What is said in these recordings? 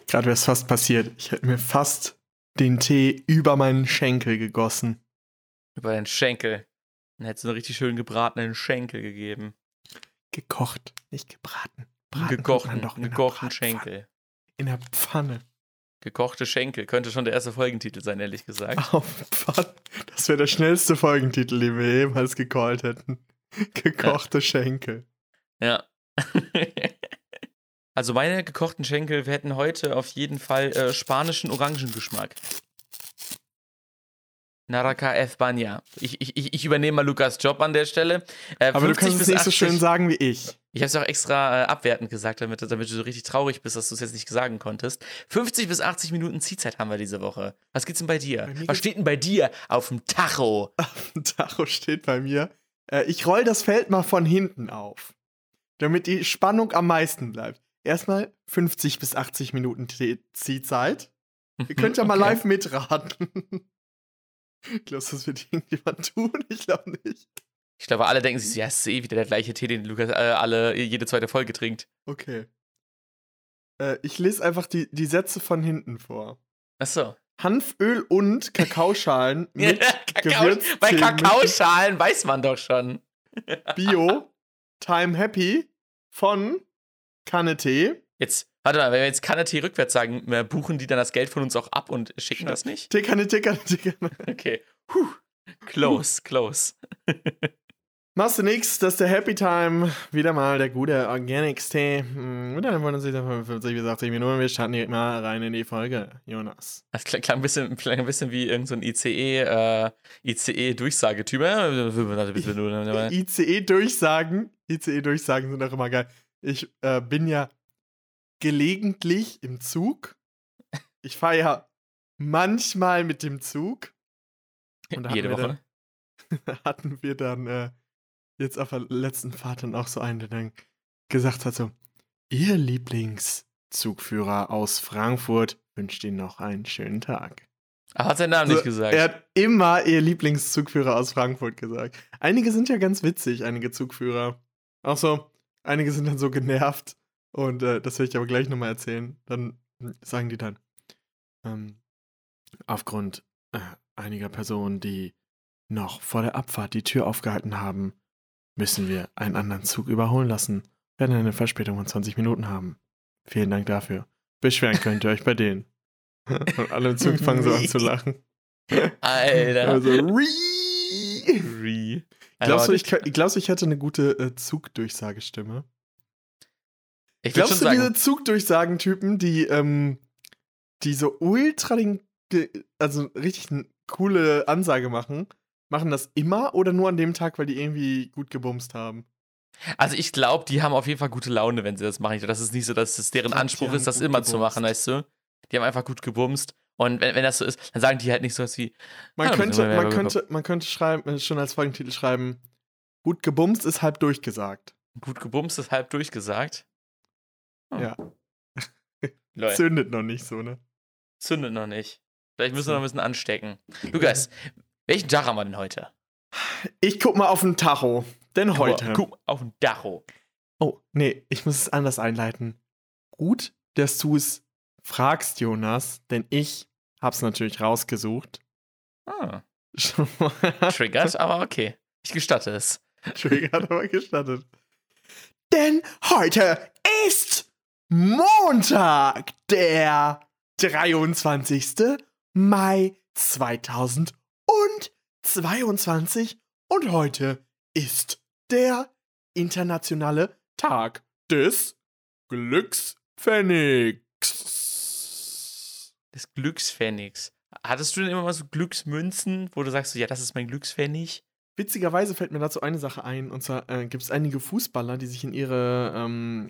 Gerade wäre es fast passiert. Ich hätte mir fast den Tee über meinen Schenkel gegossen. Über den Schenkel. Dann hättest du einen richtig schön gebratenen Schenkel gegeben. Gekocht, nicht gebraten. Gekochten Schenkel. In der Pfanne. Gekochte Schenkel. Könnte schon der erste Folgentitel sein, ehrlich gesagt. Auf Pfanne. Das wäre der schnellste Folgentitel, den wir jemals gecallt hätten. Gekochte Schenkel. Ja. Also meine gekochten Schenkel, wir hätten heute auf jeden Fall spanischen Orangengeschmack. Naraka F. Banya. Ich übernehme mal Lukas Job an der Stelle. Aber du kannst es nicht so schön sagen wie ich. Ich habe es auch extra abwertend gesagt, damit du so richtig traurig bist, dass du es jetzt nicht sagen konntest. 50 bis 80 Minuten Ziehzeit haben wir diese Woche. Was geht's denn bei dir? Was steht denn bei dir auf dem Tacho? Auf dem Tacho steht bei mir, ich roll das Feld mal von hinten auf, damit die Spannung am meisten bleibt. Erstmal 50 bis 80 Minuten Ziehzeit. Ihr könnt ja mal live mitraten. Glaubst du, das wird irgendjemand tun? Ich glaube nicht. Ich glaube, alle denken sich, ja, es ist eh wieder der gleiche Tee, den Lukas jede zweite Folge trinkt. Okay. Ich lese einfach die Sätze von hinten vor. Achso. Hanföl und Kakaoschalen mit Gewürztee. Bei Kakaoschalen weiß man doch schon. Bio, Time Happy von Kanne Tee. Jetzt, warte mal, wenn wir jetzt Kanne Tee rückwärts sagen, buchen die dann das Geld von uns auch ab und schicken das nicht? Tee, Kanne. Okay. Close. Machst du nix, das ist der Happy Time. Wieder mal der gute Organics-Tee. Wieder wollen Sie 55 bis 80 Minuten. Wir starten direkt mal rein in die Folge, Jonas. Das klang ein bisschen wie irgend so ein ICE-Durchsagetyp. ICE-Durchsagen sind auch immer geil. Ich bin ja gelegentlich im Zug. Ich fahre ja manchmal mit dem Zug. Und jede Woche. Hatten wir dann jetzt auf der letzten Fahrt dann auch so einen, der dann gesagt hat so, Ihr Lieblingszugführer aus Frankfurt wünscht Ihnen noch einen schönen Tag. Er hat seinen Namen nicht gesagt. Er hat immer Ihr Lieblingszugführer aus Frankfurt gesagt. Einige sind ja ganz witzig, einige Zugführer. Auch so, einige sind dann so genervt. Und das werde ich aber gleich nochmal erzählen. Dann sagen die dann, aufgrund einiger Personen, die noch vor der Abfahrt die Tür aufgehalten haben, müssen wir einen anderen Zug überholen lassen. Werden eine Verspätung von 20 Minuten haben. Vielen Dank dafür. Beschweren könnt ihr euch bei denen. Und alle im Zug fangen so an zu lachen. Alter. Also, Glaubst du, ich hätte eine gute Zugdurchsagestimme? Glaubst du, diese Zugdurchsagentypen, die so ultra also richtig eine coole Ansage machen das immer oder nur an dem Tag, weil die irgendwie gut gebumst haben? Also ich glaube, die haben auf jeden Fall gute Laune, wenn sie das machen. Das ist nicht so, dass es deren Anspruch ist, das immer zu machen, weißt du? Die haben einfach gut gebumst. Und wenn das so ist, dann sagen die halt nicht so was wie... Man könnte schreiben, schon als Folgentitel schreiben, gut gebumst ist halb durchgesagt. Gut gebumst ist halb durchgesagt? Oh. Ja. Zündet noch nicht so, ne? Zündet noch nicht. Vielleicht müssen wir noch ein bisschen anstecken. Lukas, welchen Tag haben wir denn heute? Ich guck mal auf den Tacho. Denn heute. Guck auf den Tacho. Oh, nee, ich muss es anders einleiten. Gut, dass du es fragst, Jonas, denn ich hab's natürlich rausgesucht. Triggert, aber okay. Ich gestatte es. Triggert, aber gestattet. Denn heute ist Montag, der 23. Mai 2022 und heute ist der internationale Tag des Glückspfennigs. Des Glückspfennigs. Hattest du denn immer mal so Glücksmünzen, wo du sagst, ja, das ist mein Glückspfennig? Witzigerweise fällt mir dazu eine Sache ein, und zwar gibt es einige Fußballer, die sich in ihre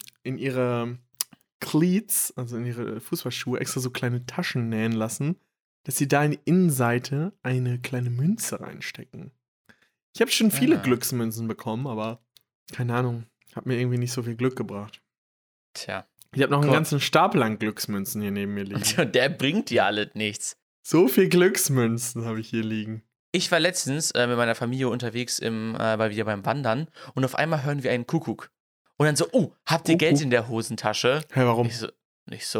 Cleats, also in ihre Fußballschuhe, extra so kleine Taschen nähen lassen, dass sie da in die Innenseite eine kleine Münze reinstecken. Ich habe schon viele Glücksmünzen bekommen, aber keine Ahnung, hat mir irgendwie nicht so viel Glück gebracht. Tja. Ich habe noch einen ganzen Stapel an Glücksmünzen hier neben mir liegen. Und der bringt dir alles nichts. So viel Glücksmünzen habe ich hier liegen. Ich war letztens mit meiner Familie unterwegs, weil wir beim Wandern, und auf einmal hören wir einen Kuckuck. Und dann so, habt ihr Geld in der Hosentasche? Hä, warum? Nicht so,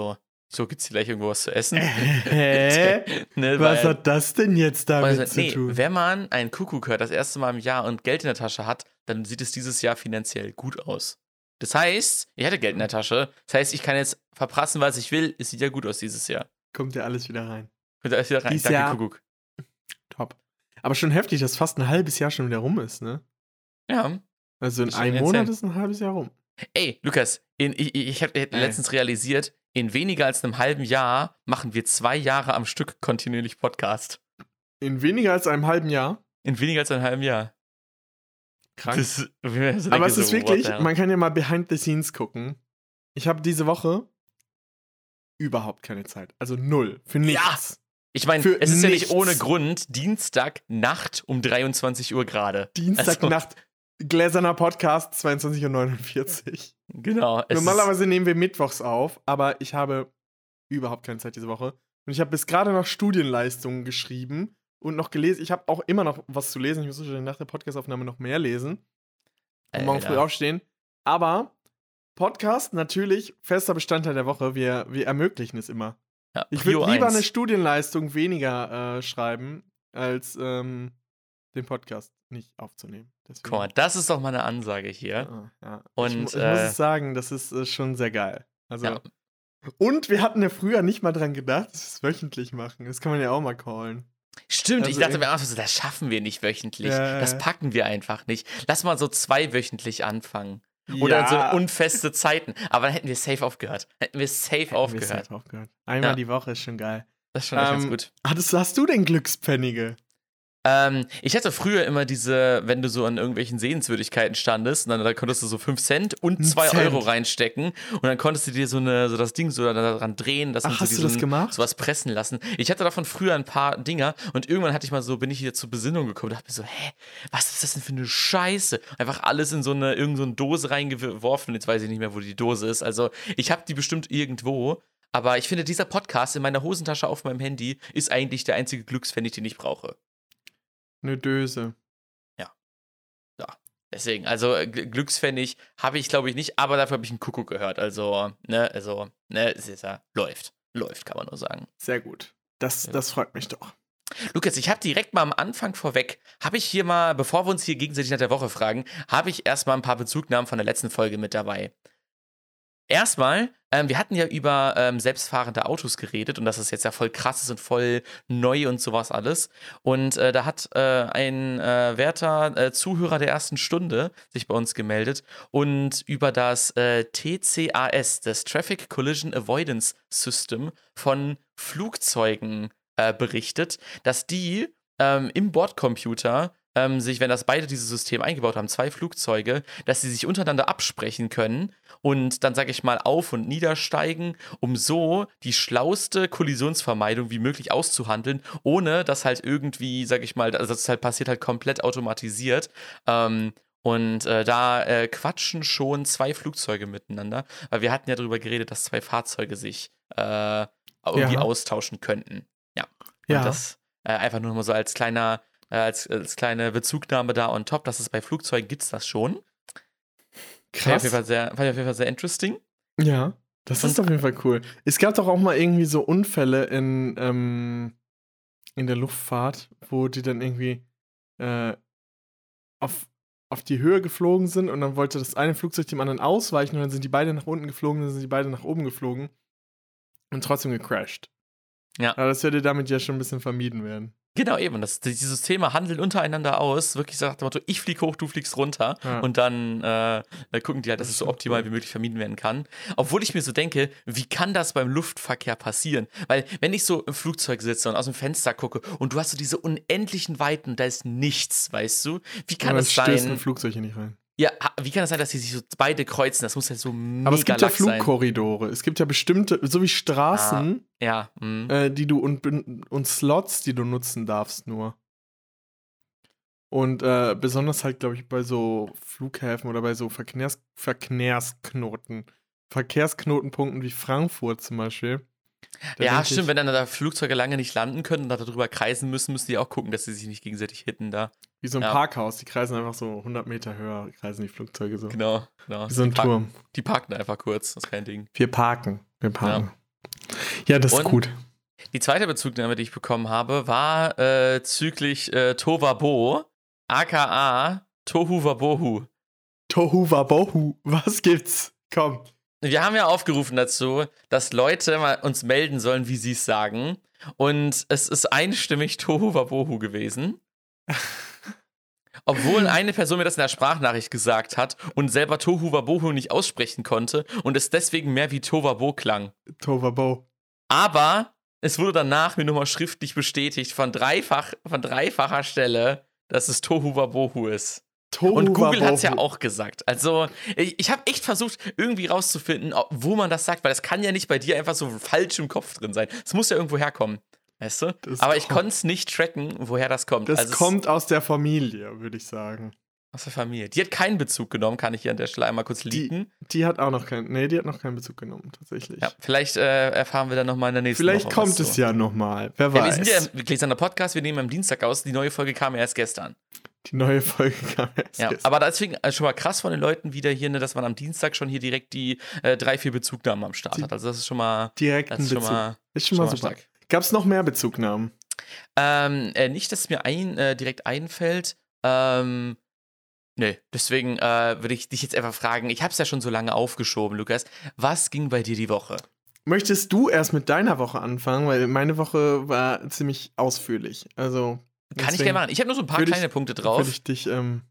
So, gibt's hier gleich irgendwo was zu essen? Ne, was hat das denn jetzt damit zu tun? Wenn man einen Kuckuck hört, das erste Mal im Jahr und Geld in der Tasche hat, dann sieht es dieses Jahr finanziell gut aus. Das heißt, ich hatte Geld in der Tasche. Das heißt, ich kann jetzt verprassen, was ich will. Es sieht ja gut aus dieses Jahr. Kommt ja alles wieder rein. Danke, Jahr, Kuckuck. Top. Aber schon heftig, dass fast ein halbes Jahr schon wieder rum ist, ne? Ja. Also in einem Monat ist ein halbes Jahr rum. Ey, Lukas, ich habe letztens realisiert, in weniger als einem halben Jahr machen wir 2 Jahre am Stück kontinuierlich Podcast. In weniger als einem halben Jahr? In weniger als einem halben Jahr. Krank. Aber es ist wirklich, man kann ja mal behind the scenes gucken. Ich habe diese Woche überhaupt keine Zeit. Also 0. Für nichts. Ja. Ich meine, es ist ja nicht ohne Grund Dienstagnacht um 23 Uhr gerade. Dienstagnacht, gläserner Podcast, 22:49 Uhr. Genau. Normalerweise nehmen wir mittwochs auf, aber ich habe überhaupt keine Zeit diese Woche. Und ich habe bis gerade noch Studienleistungen geschrieben und noch gelesen. Ich habe auch immer noch was zu lesen. Ich muss wahrscheinlich nach der Podcastaufnahme noch mehr lesen. Und morgen früh aufstehen. Aber Podcast natürlich fester Bestandteil der Woche. Wir ermöglichen es immer. Ja, ich würde lieber eine Studienleistung weniger schreiben, als den Podcast nicht aufzunehmen. Deswegen. Guck mal, das ist doch mal eine Ansage hier. Ja. Und ich muss sagen, das ist schon sehr geil. Also, ja. Und wir hatten ja früher nicht mal dran gedacht, dass wir es wöchentlich machen. Das kann man ja auch mal callen. Stimmt, also ich dachte mir auch so, das schaffen wir nicht wöchentlich. Das packen wir einfach nicht. Lass mal so 2 wöchentlich anfangen. Oder so unfeste Zeiten. Aber dann hätten wir safe aufgehört. Einmal die Woche ist schon geil. Das ist schon echt ganz gut. Hast du denn Glückspfennige? Ich hatte früher immer diese, wenn du so an irgendwelchen Sehenswürdigkeiten standest, und dann da konntest du so 5 Cent und 2 Euro reinstecken und dann konntest du dir so das Ding so daran drehen, dass hast du das gemacht? Sowas pressen lassen. Ich hatte davon früher ein paar Dinger und irgendwann bin ich wieder zur Besinnung gekommen und dachte mir so, was ist das denn für eine Scheiße? Einfach alles in so irgendeine Dose reingeworfen. Jetzt weiß ich nicht mehr, wo die Dose ist. Also ich habe die bestimmt irgendwo. Aber ich finde, dieser Podcast in meiner Hosentasche auf meinem Handy ist eigentlich der einzige Glückspfennig, den ich brauche. Eine Döse. Ja. Deswegen, also Glückspfennig habe ich, glaube ich, nicht, aber dafür habe ich einen Kuckuck gehört. Es ist ja, läuft, kann man nur sagen. Sehr gut. Das freut mich doch. Lukas, ich habe direkt mal am Anfang vorweg, habe ich hier mal, bevor wir uns hier gegenseitig nach der Woche fragen, habe ich erstmal ein paar Bezugnahmen von der letzten Folge mit dabei. Erstmal, wir hatten ja über selbstfahrende Autos geredet und dass das jetzt ja voll krass ist und voll neu und sowas alles. Und da hat ein werter Zuhörer der ersten Stunde sich bei uns gemeldet und über das TCAS, das Traffic Collision Avoidance System von Flugzeugen berichtet, dass die im Bordcomputer wenn das beide dieses System eingebaut haben, 2 Flugzeuge, dass sie sich untereinander absprechen können und dann, sage ich mal, auf- und niedersteigen, um so die schlauste Kollisionsvermeidung wie möglich auszuhandeln, ohne dass halt irgendwie, sage ich mal, also das halt passiert halt komplett automatisiert. Da quatschen schon 2 Flugzeuge miteinander, weil wir hatten ja darüber geredet, dass 2 Fahrzeuge sich irgendwie austauschen könnten. Ja. Und das einfach nur mal so als kleine Bezugnahme da on top, dass es bei Flugzeugen gibt es das schon. Krass. Fand ich auf jeden Fall sehr interesting. Ja, das ist auf jeden Fall cool. Es gab doch auch mal irgendwie so Unfälle in der Luftfahrt, wo die dann irgendwie auf die Höhe geflogen sind und dann wollte das eine Flugzeug dem anderen ausweichen und dann sind die beide nach unten geflogen, dann sind die beide nach oben geflogen und trotzdem gecrashed. Ja. Aber das würde damit ja schon ein bisschen vermieden werden. Genau, eben. Die Systeme handeln untereinander aus. Wirklich so nach dem Motto, ich fliege hoch, du fliegst runter. Ja. Und dann gucken die halt, dass es so optimal wie möglich vermieden werden kann. Obwohl ich mir so denke, wie kann das beim Luftverkehr passieren? Weil, wenn ich so im Flugzeug sitze und aus dem Fenster gucke und du hast so diese unendlichen Weiten, da ist nichts, weißt du? Wie kann es sein? Stößt ein Flugzeug hier nicht rein. Ja, wie kann es sein, dass die sich so beide kreuzen? Das muss ja so mega Aber es gibt ja sein. Flugkorridore. Es gibt ja bestimmte, so wie Straßen, die du und Slots, die du nutzen darfst nur. Und besonders halt, glaube ich, bei so Flughäfen oder bei so Verkehrsknotenpunkten wie Frankfurt zum Beispiel. Ja, stimmt, wenn dann da Flugzeuge lange nicht landen können und da darüber kreisen müssen die auch gucken, dass sie sich nicht gegenseitig hitten da. Wie so ein Parkhaus, die kreisen einfach so 100 Meter höher, kreisen die Flugzeuge so. Genau. Wie so ein Turm. Die parken einfach kurz, das ist kein Ding. Wir parken. Ja. Ja, das ist gut. Die zweite Bezugnahme, die ich bekommen habe, war züglich Tovabo, aka Tohu Wabohu. Tohu Wabohu, was gibt's? Komm. Wir haben ja aufgerufen dazu, dass Leute mal uns melden sollen, wie sie es sagen. Und es ist einstimmig Tohu Wabohu gewesen. Obwohl eine Person mir das in der Sprachnachricht gesagt hat und selber Tohu Wabohu nicht aussprechen konnte und es deswegen mehr wie Tovabo klang. Tovabo. Aber es wurde danach mir nochmal schriftlich bestätigt von dreifacher Stelle, dass es Tohu Wabohu ist. Und Google hat es ja auch gesagt. Also, ich habe echt versucht, irgendwie rauszufinden, wo man das sagt, weil das kann ja nicht bei dir einfach so falsch im Kopf drin sein. Es muss ja irgendwo herkommen, weißt du? Aber ich konnte es nicht tracken, woher das kommt. Das kommt aus der Familie, würde ich sagen. Aus der Familie. Die hat keinen Bezug genommen, kann ich hier an der Stelle einmal kurz leaken. Die hat auch noch die hat noch keinen Bezug genommen, tatsächlich. Ja, vielleicht erfahren wir dann nochmal in der nächsten Woche. Vielleicht kommt es ja nochmal, wer weiß. Wir sind ja im Gläserner Podcast, wir nehmen am Dienstag aus, die neue Folge kam erst gestern. Die neue Folge kam erst gestern. Aber deswegen schon mal krass von den Leuten wieder hier, ne, dass man am Dienstag schon hier direkt die 3-4 Bezugnahmen am Start hat. Also das ist schon mal direkten Bezug. Ist schon mal super. Stark. Gab es noch mehr Bezugnahmen? Nicht, dass es mir direkt einfällt. Nee, deswegen würde ich dich jetzt einfach fragen, ich habe es ja schon so lange aufgeschoben, Lukas. Was ging bei dir die Woche? Möchtest du erst mit deiner Woche anfangen? Weil meine Woche war ziemlich ausführlich. Also kann ich gerne machen. Ich habe nur so ein paar kleine Punkte drauf. Würde ich dich machen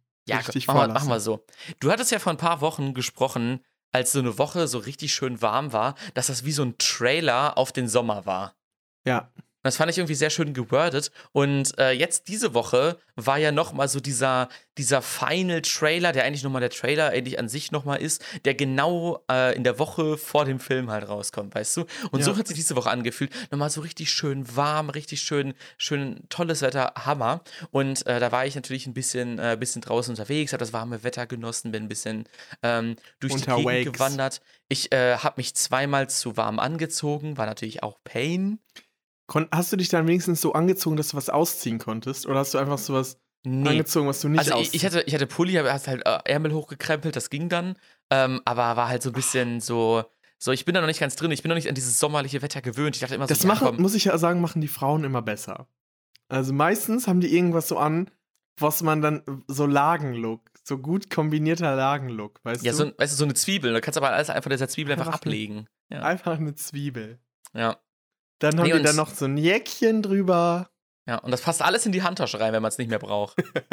wir so. Du hattest ja vor ein paar Wochen gesprochen, als so eine Woche so richtig schön warm war, dass das wie so ein Trailer auf den Sommer war. Ja. Das fand ich irgendwie sehr schön gewordet. Und jetzt diese Woche war ja nochmal so dieser Final-Trailer, der eigentlich nochmal der Trailer eigentlich an sich nochmal ist, der genau in der Woche vor dem Film halt rauskommt, weißt du? Und so hat sich diese Woche angefühlt. Nochmal so richtig schön warm, richtig schön tolles Wetter, Hammer. Und da war ich natürlich ein bisschen draußen unterwegs, habe das warme Wetter genossen, bin ein bisschen durch die Gegend gewandert. Ich habe mich zweimal zu warm angezogen, war natürlich auch Pain. Hast du dich dann wenigstens so angezogen, dass du was ausziehen konntest? Oder hast du einfach so was angezogen, was du nicht ausziehst? Also ich hatte Pulli, aber hast halt Ärmel hochgekrempelt, das ging dann. Aber war halt so ein bisschen so, ich bin da noch nicht ganz drin, ich bin noch nicht an dieses sommerliche Wetter gewöhnt. Ich dachte immer so, muss ich ja sagen, machen die Frauen immer besser. Also meistens haben die irgendwas so an, was man dann so Lagenlook, so gut kombinierter Lagenlook, weißt du? Ja, so eine Zwiebel. Da kannst du aber alles einfach dieser Zwiebel einfach ablegen. Ja. Einfach eine Zwiebel. Ja. Dann haben die dann noch so ein Jäckchen drüber. Ja, und das passt alles in die Handtasche rein, wenn man es nicht mehr braucht.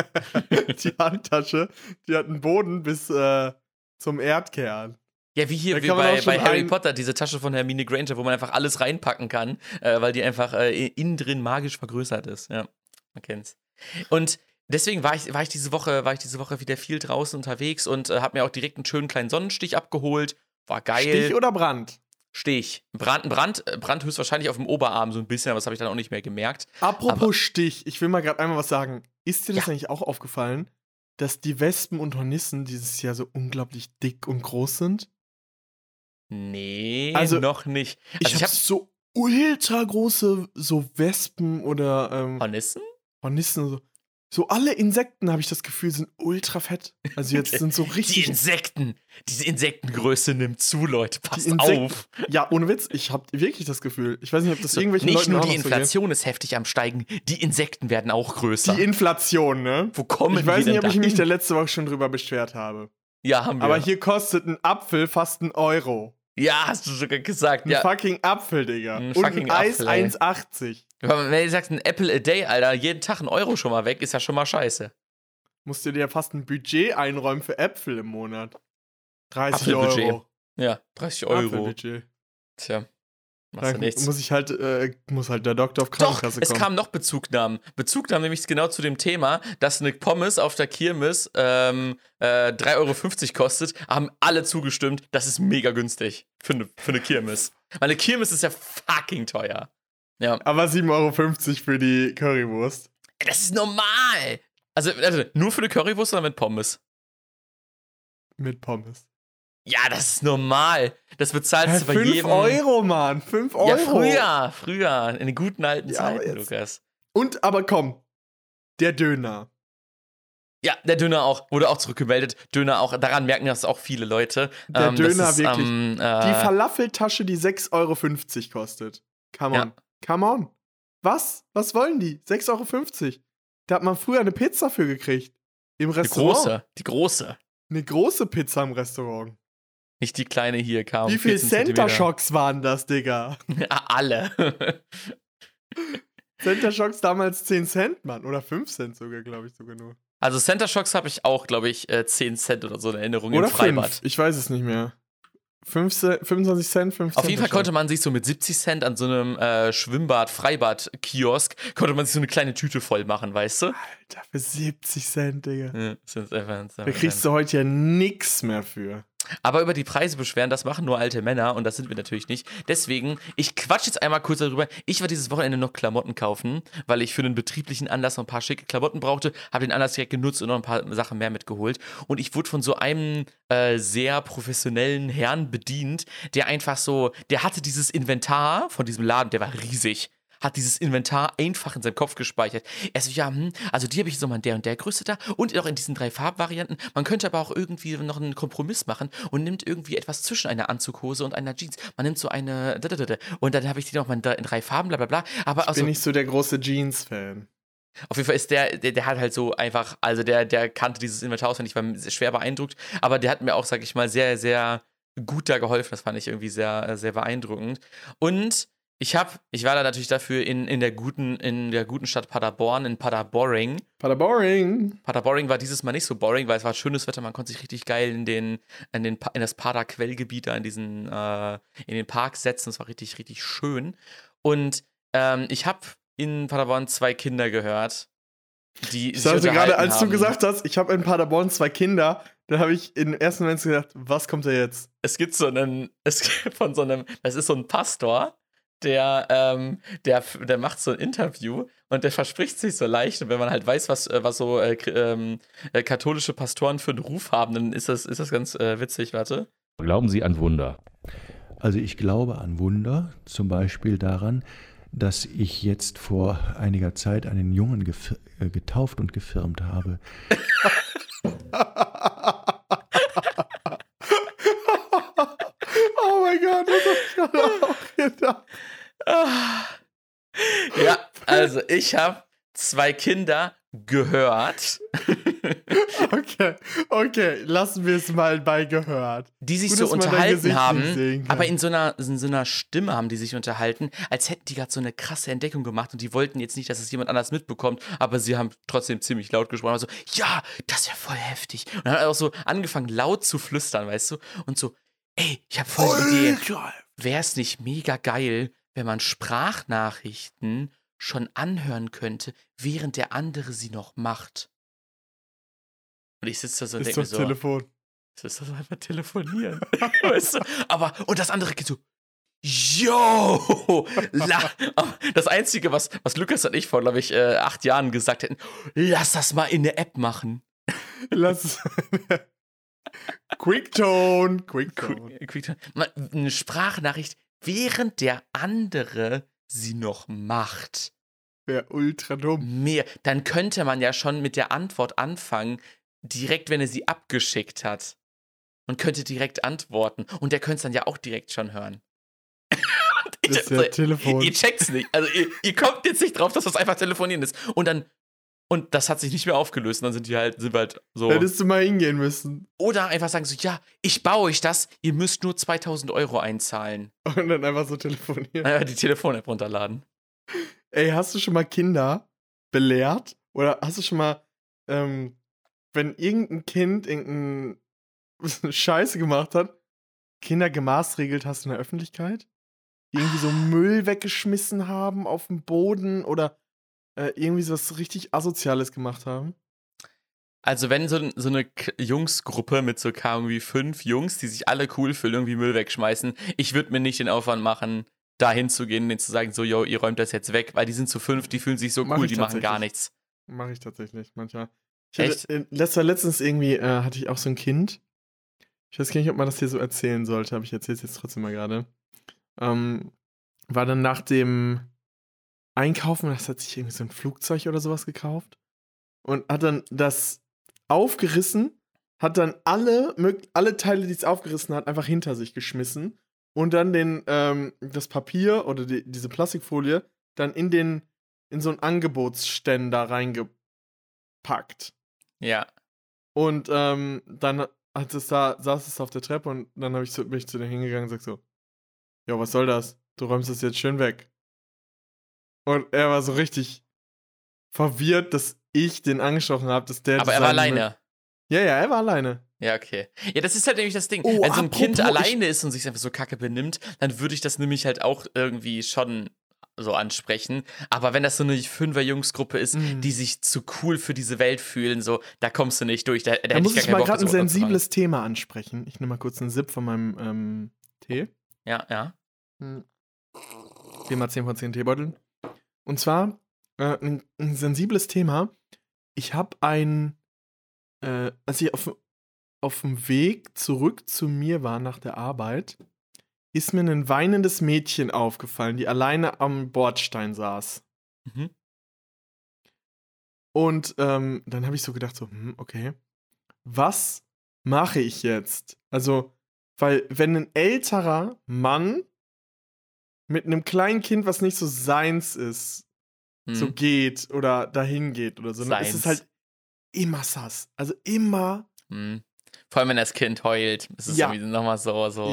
Die Handtasche, die hat einen Boden bis zum Erdkern. Ja, wie hier bei Harry Potter, diese Tasche von Hermine Granger, wo man einfach alles reinpacken kann, weil die einfach innen drin magisch vergrößert ist. Ja, man kennt's. Und deswegen war ich diese Woche wieder viel draußen unterwegs und habe mir auch direkt einen schönen kleinen Sonnenstich abgeholt. War geil. Stich oder Brand? Stich. Brand höchstwahrscheinlich auf dem Oberarm so ein bisschen, aber das habe ich dann auch nicht mehr gemerkt. Apropos Stich, ich will mal gerade einmal was sagen. Ist dir das eigentlich auch aufgefallen, dass die Wespen und Hornissen dieses Jahr so unglaublich dick und groß sind? Nee, noch nicht. Also ich habe so ultra große so Wespen oder Hornissen? Hornissen, so alle Insekten, habe ich das Gefühl, sind ultra fett. Also jetzt sind so richtig... Diese Insektengröße nimmt zu, Leute. Passt auf. Ja, ohne Witz, ich habe wirklich das Gefühl. Ich weiß nicht, ob das irgendwelche Leute nicht nur die Inflation ist heftig am Steigen, die Insekten werden auch größer. Die Inflation, ne? Wo kommen wir Ich weiß nicht, ob ich mich der letzte Woche schon drüber beschwert habe. Ja, haben wir. Aber hier kostet ein Apfel fast €1. Ja, hast du sogar gesagt. Ein fucking Apfel, Digga. Und ein Eis 1,80. Wenn du sagst, ein Apple a day, Alter, jeden Tag €1 schon mal weg, ist ja schon mal scheiße. Musst du dir ja fast ein Budget einräumen für Äpfel im Monat. 30 €. Ja, 30 €. Apfelbudget. Tja, machst du nichts. Muss halt der Doktor auf Krankenkasse kommen. Es kamen noch Bezugnahmen. Bezugnahmen nämlich genau zu dem Thema, dass eine Pommes auf der Kirmes 3,50 € kostet, haben alle zugestimmt, das ist mega günstig für eine Kirmes. Weil eine Kirmes ist ja fucking teuer. Ja. Aber 7,50 € für die Currywurst. Das ist normal. Also nur für eine Currywurst oder mit Pommes? Mit Pommes. Ja, das ist normal. Das bezahlst du bei 5 jedem... 5 €, Mann. 5 €. Ja, früher. In den guten alten Zeiten, Lukas. Und, aber komm. Der Döner. Ja, der Döner auch. Wurde auch zurückgemeldet. Döner auch. Daran merken das auch viele Leute. Der Döner ist, wirklich. Die Falafeltasche, die 6,50 Euro kostet. Come on. Ja. Come on. Was? Was wollen die? 6,50 Euro. Da hat man früher eine Pizza für gekriegt. Im Restaurant. Die große. Eine große Pizza im Restaurant. Nicht die kleine hier kam. Wie viele Center Shocks waren das, Digga? Alle. Center Shocks damals 10 Cent, Mann. Oder 5 Cent sogar, glaube ich, sogar nur. Also Center Shocks habe ich auch, glaube ich, 10 Cent oder so in Erinnerung oder im Freibad. 5. Ich weiß es nicht mehr. 25 Cent, 5 Cent. Auf jeden Fall konnte man sich so mit 70 Cent an so einem Schwimmbad-Freibad-Kiosk, konnte man sich so eine kleine Tüte voll machen, weißt du? Alter, für 70 Cent, Digga. Ja, das ist einfach da kriegst du heute ja nix mehr für. Aber über die Preise beschweren, das machen nur alte Männer und das sind wir natürlich nicht. Deswegen, ich quatsch jetzt einmal kurz darüber. Ich war dieses Wochenende noch Klamotten kaufen, weil ich für einen betrieblichen Anlass noch ein paar schicke Klamotten brauchte. Habe den Anlass direkt genutzt und noch ein paar Sachen mehr mitgeholt. Und ich wurde von so einem sehr professionellen Herrn bedient, der einfach so, der hatte dieses Inventar von diesem Laden, der war riesig. Hat dieses Inventar einfach in seinem Kopf gespeichert. Er so, ja, also die habe ich so mal in der und der Größe da und auch in diesen 3 Farbvarianten. Man könnte aber auch irgendwie noch einen Kompromiss machen und nimmt irgendwie etwas zwischen einer Anzughose und einer Jeans. Man nimmt so eine und dann habe ich die noch mal in 3 Farben, bla bla bla. Aber ich bin nicht so der große Jeans-Fan. Auf jeden Fall ist der hat halt so einfach, also der kannte dieses Inventar auswendig, ich war schwer beeindruckt, aber der hat mir auch, sag ich mal, sehr, sehr gut da geholfen. Das fand ich irgendwie sehr, sehr beeindruckend. Und ich war da natürlich dafür in der guten Stadt Paderborn, in Paderboring. Paderboring war dieses Mal nicht so boring, weil es war schönes Wetter, man konnte sich richtig geil in das Pader-Quellgebiet da in den Park setzen. Es war richtig, richtig schön. Und ich habe in Paderborn 2 Kinder gehört, die ich dachte gerade, als du gesagt hast, ich habe in Paderborn 2 Kinder, da habe ich im ersten Moment gedacht, was kommt da jetzt? Das ist so ein Pastor, der macht so ein Interview und der verspricht sich so leicht. Und wenn man halt weiß, was so katholische Pastoren für einen Ruf haben, dann ist das ganz witzig. Warte. Glauben Sie an Wunder? Also ich glaube an Wunder, zum Beispiel daran, dass ich jetzt vor einiger Zeit einen Jungen getauft und gefirmt habe. Oh mein Gott, das hab ich gerade auch gedacht. Ja, also ich habe 2 Kinder gehört. Okay, lassen wir es mal bei gehört. Die sich so unterhalten haben, aber in so einer Stimme haben die sich unterhalten, als hätten die gerade so eine krasse Entdeckung gemacht und die wollten jetzt nicht, dass es jemand anders mitbekommt, aber sie haben trotzdem ziemlich laut gesprochen. Also, ja, das ist ja voll heftig. Und dann hat er auch so angefangen laut zu flüstern, weißt du? Und so, ey, ich habe voll eine Idee. Wäre es nicht mega geil, wenn man Sprachnachrichten schon anhören könnte, während der andere sie noch macht? Und ich sitze da so und denke mir so, Telefon. Das ist doch einfach telefonieren. Weißt du? Und das andere geht so, yo! Das Einzige, was Lukas und ich vor, glaube ich, 8 Jahren gesagt hätten, lass das mal in eine App machen. Quicktone. Eine Sprachnachricht, während der andere sie noch macht. Wäre ultra dumm. Dann könnte man ja schon mit der Antwort anfangen, direkt, wenn er sie abgeschickt hat. Und könnte direkt antworten. Und der könnte es dann ja auch direkt schon hören. Das ist ja Telefon. Ihr checkt's nicht. Also ihr kommt jetzt nicht drauf, dass das einfach telefonieren ist. Und das hat sich nicht mehr aufgelöst. Und dann sind wir halt so. Hättest du mal hingehen müssen. Oder einfach sagen so, ja, ich baue euch das, ihr müsst nur 2.000 € einzahlen. Und dann einfach so telefonieren. Ja, die Telefon-App runterladen. Ey, hast du schon mal Kinder belehrt? Oder hast du schon mal, wenn irgendein Kind irgendeine Scheiße gemacht hat, Kinder gemaßregelt hast in der Öffentlichkeit? Die irgendwie so Müll weggeschmissen haben auf dem Boden oder irgendwie so was richtig Asoziales gemacht haben? Also wenn so eine Jungsgruppe mit so irgendwie 5 Jungs, die sich alle cool fühlen, irgendwie Müll wegschmeißen, ich würde mir nicht den Aufwand machen, da hinzugehen und denen zu sagen, so, yo, ihr räumt das jetzt weg, weil die sind zu 5, die fühlen sich so cool, die machen gar nichts. Mache ich tatsächlich manchmal. Echt? Letztens irgendwie hatte ich auch so ein Kind. Ich weiß gar nicht, ob man das hier so erzählen sollte, aber ich erzähle es jetzt trotzdem mal gerade. War dann nach dem Einkaufen, das hat sich irgendwie so ein Flugzeug oder sowas gekauft und hat dann das aufgerissen, hat dann alle Teile, die es aufgerissen hat, einfach hinter sich geschmissen und dann das Papier oder diese Plastikfolie dann in so einen Angebotsständer reingepackt. Ja. Und dann saß es auf der Treppe und dann bin ich zu denen hingegangen und sag so, ja, was soll das? Du räumst das jetzt schön weg. Und er war so richtig verwirrt, dass ich den angesprochen habe, dass der. Aber er war alleine. Ja, er war alleine. Ja, okay. Ja, das ist halt nämlich das Ding. Wenn so ein Kind alleine ist und sich einfach so kacke benimmt, dann würde ich das nämlich halt auch irgendwie schon so ansprechen. Aber wenn das so eine 5er-Jungsgruppe ist, die sich zu cool für diese Welt fühlen, so, da kommst du nicht durch. Da muss ich mal gerade ein sensibles Thema ansprechen. Ich nehme mal kurz einen Sip von meinem Tee. Ja. 4 mal 10 von 10 Teebeuteln. Und zwar ein sensibles Thema. Ich habe als ich auf dem Weg zurück zu mir war nach der Arbeit, ist mir ein weinendes Mädchen aufgefallen, die alleine am Bordstein saß. Mhm. Und dann habe ich so gedacht, so, okay, was mache ich jetzt? Also, weil wenn ein älterer Mann mit einem kleinen Kind, was nicht so seins ist, so geht oder dahin geht oder so, dann ist es halt immer sass. Also immer. Vor allem, wenn das Kind heult, ist es irgendwie nochmal so.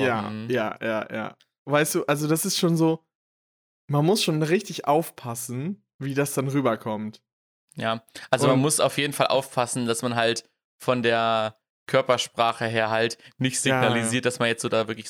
Ja. Weißt du, also das ist schon so, man muss schon richtig aufpassen, wie das dann rüberkommt. Ja, also man muss auf jeden Fall aufpassen, dass man halt von der Körpersprache her halt nicht signalisiert, dass man jetzt da wirklich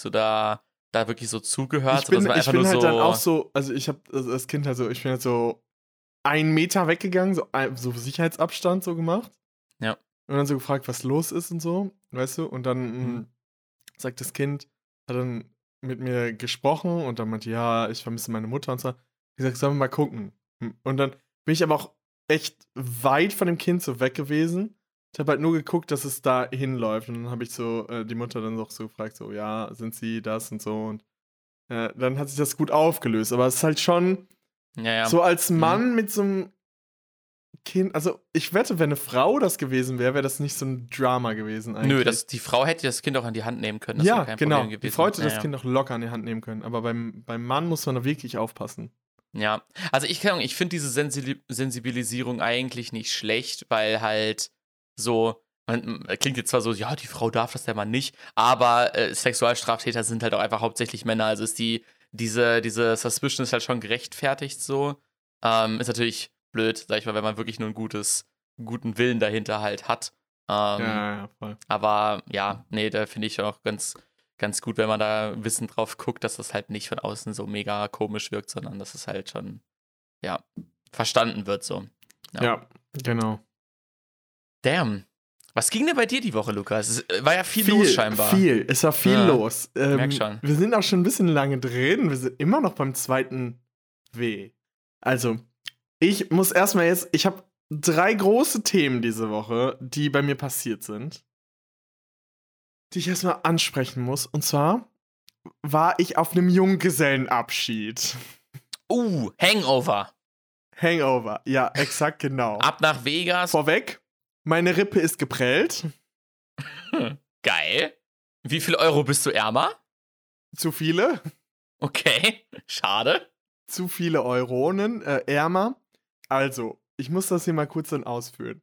so zugehört. Ich bin halt dann auch so, also ich habe das Kind halt so, ich bin halt so 1 Meter weggegangen, so Sicherheitsabstand so gemacht. Ja. Und dann so gefragt, was los ist und so, weißt du? Und dann sagt das Kind, hat dann mit mir gesprochen und dann meinte, ja, ich vermisse meine Mutter und so. Ich gesagt, sollen wir mal gucken? Und dann bin ich aber auch echt weit von dem Kind so weg gewesen. Ich habe halt nur geguckt, dass es da hinläuft. Und dann habe ich so die Mutter dann auch so gefragt, so, ja, sind sie das und so. Und dann hat sich das gut aufgelöst. Aber es ist halt schon so als Mann mit so einem Kind, also ich wette, wenn eine Frau das gewesen wäre, wäre das nicht so ein Drama gewesen eigentlich. Nö, die Frau hätte das Kind auch an die Hand nehmen können. Das ja, wäre kein genau. Problem gewesen. Die Frau hätte das Kind auch locker an die Hand nehmen können. Aber beim Mann muss man da wirklich aufpassen. Ja, also ich finde diese Sensibilisierung eigentlich nicht schlecht, weil halt so, klingt jetzt zwar so, ja, die Frau darf das, der Mann nicht, aber Sexualstraftäter sind halt auch einfach hauptsächlich Männer, also ist diese Suspicion ist halt schon gerechtfertigt so. Ist natürlich blöd, sag ich mal, wenn man wirklich nur einen guten Willen dahinter halt hat. Ja, voll. Aber ja, nee, da finde ich auch ganz gut, wenn man da wissend drauf guckt, dass das halt nicht von außen so mega komisch wirkt, sondern dass es halt schon, verstanden wird so. Ja, genau. Damn. Was ging denn bei dir die Woche, Lukas? Es war ja viel los scheinbar. Es war viel los. Merk schon. Wir sind auch schon ein bisschen lange drin. Wir sind immer noch beim zweiten W. Also, ich muss erstmal ich habe 3 große Themen diese Woche, die bei mir passiert sind, die ich erstmal ansprechen muss. Und zwar war ich auf einem Junggesellenabschied. Hangover. Hangover, ja, exakt, genau. Ab nach Vegas. Vorweg, meine Rippe ist geprellt. Geil. Wie viel Euro bist du ärmer? Zu viele. Okay, schade. Zu viele Euronen ärmer. Also, ich muss das hier mal kurz dann ausführen.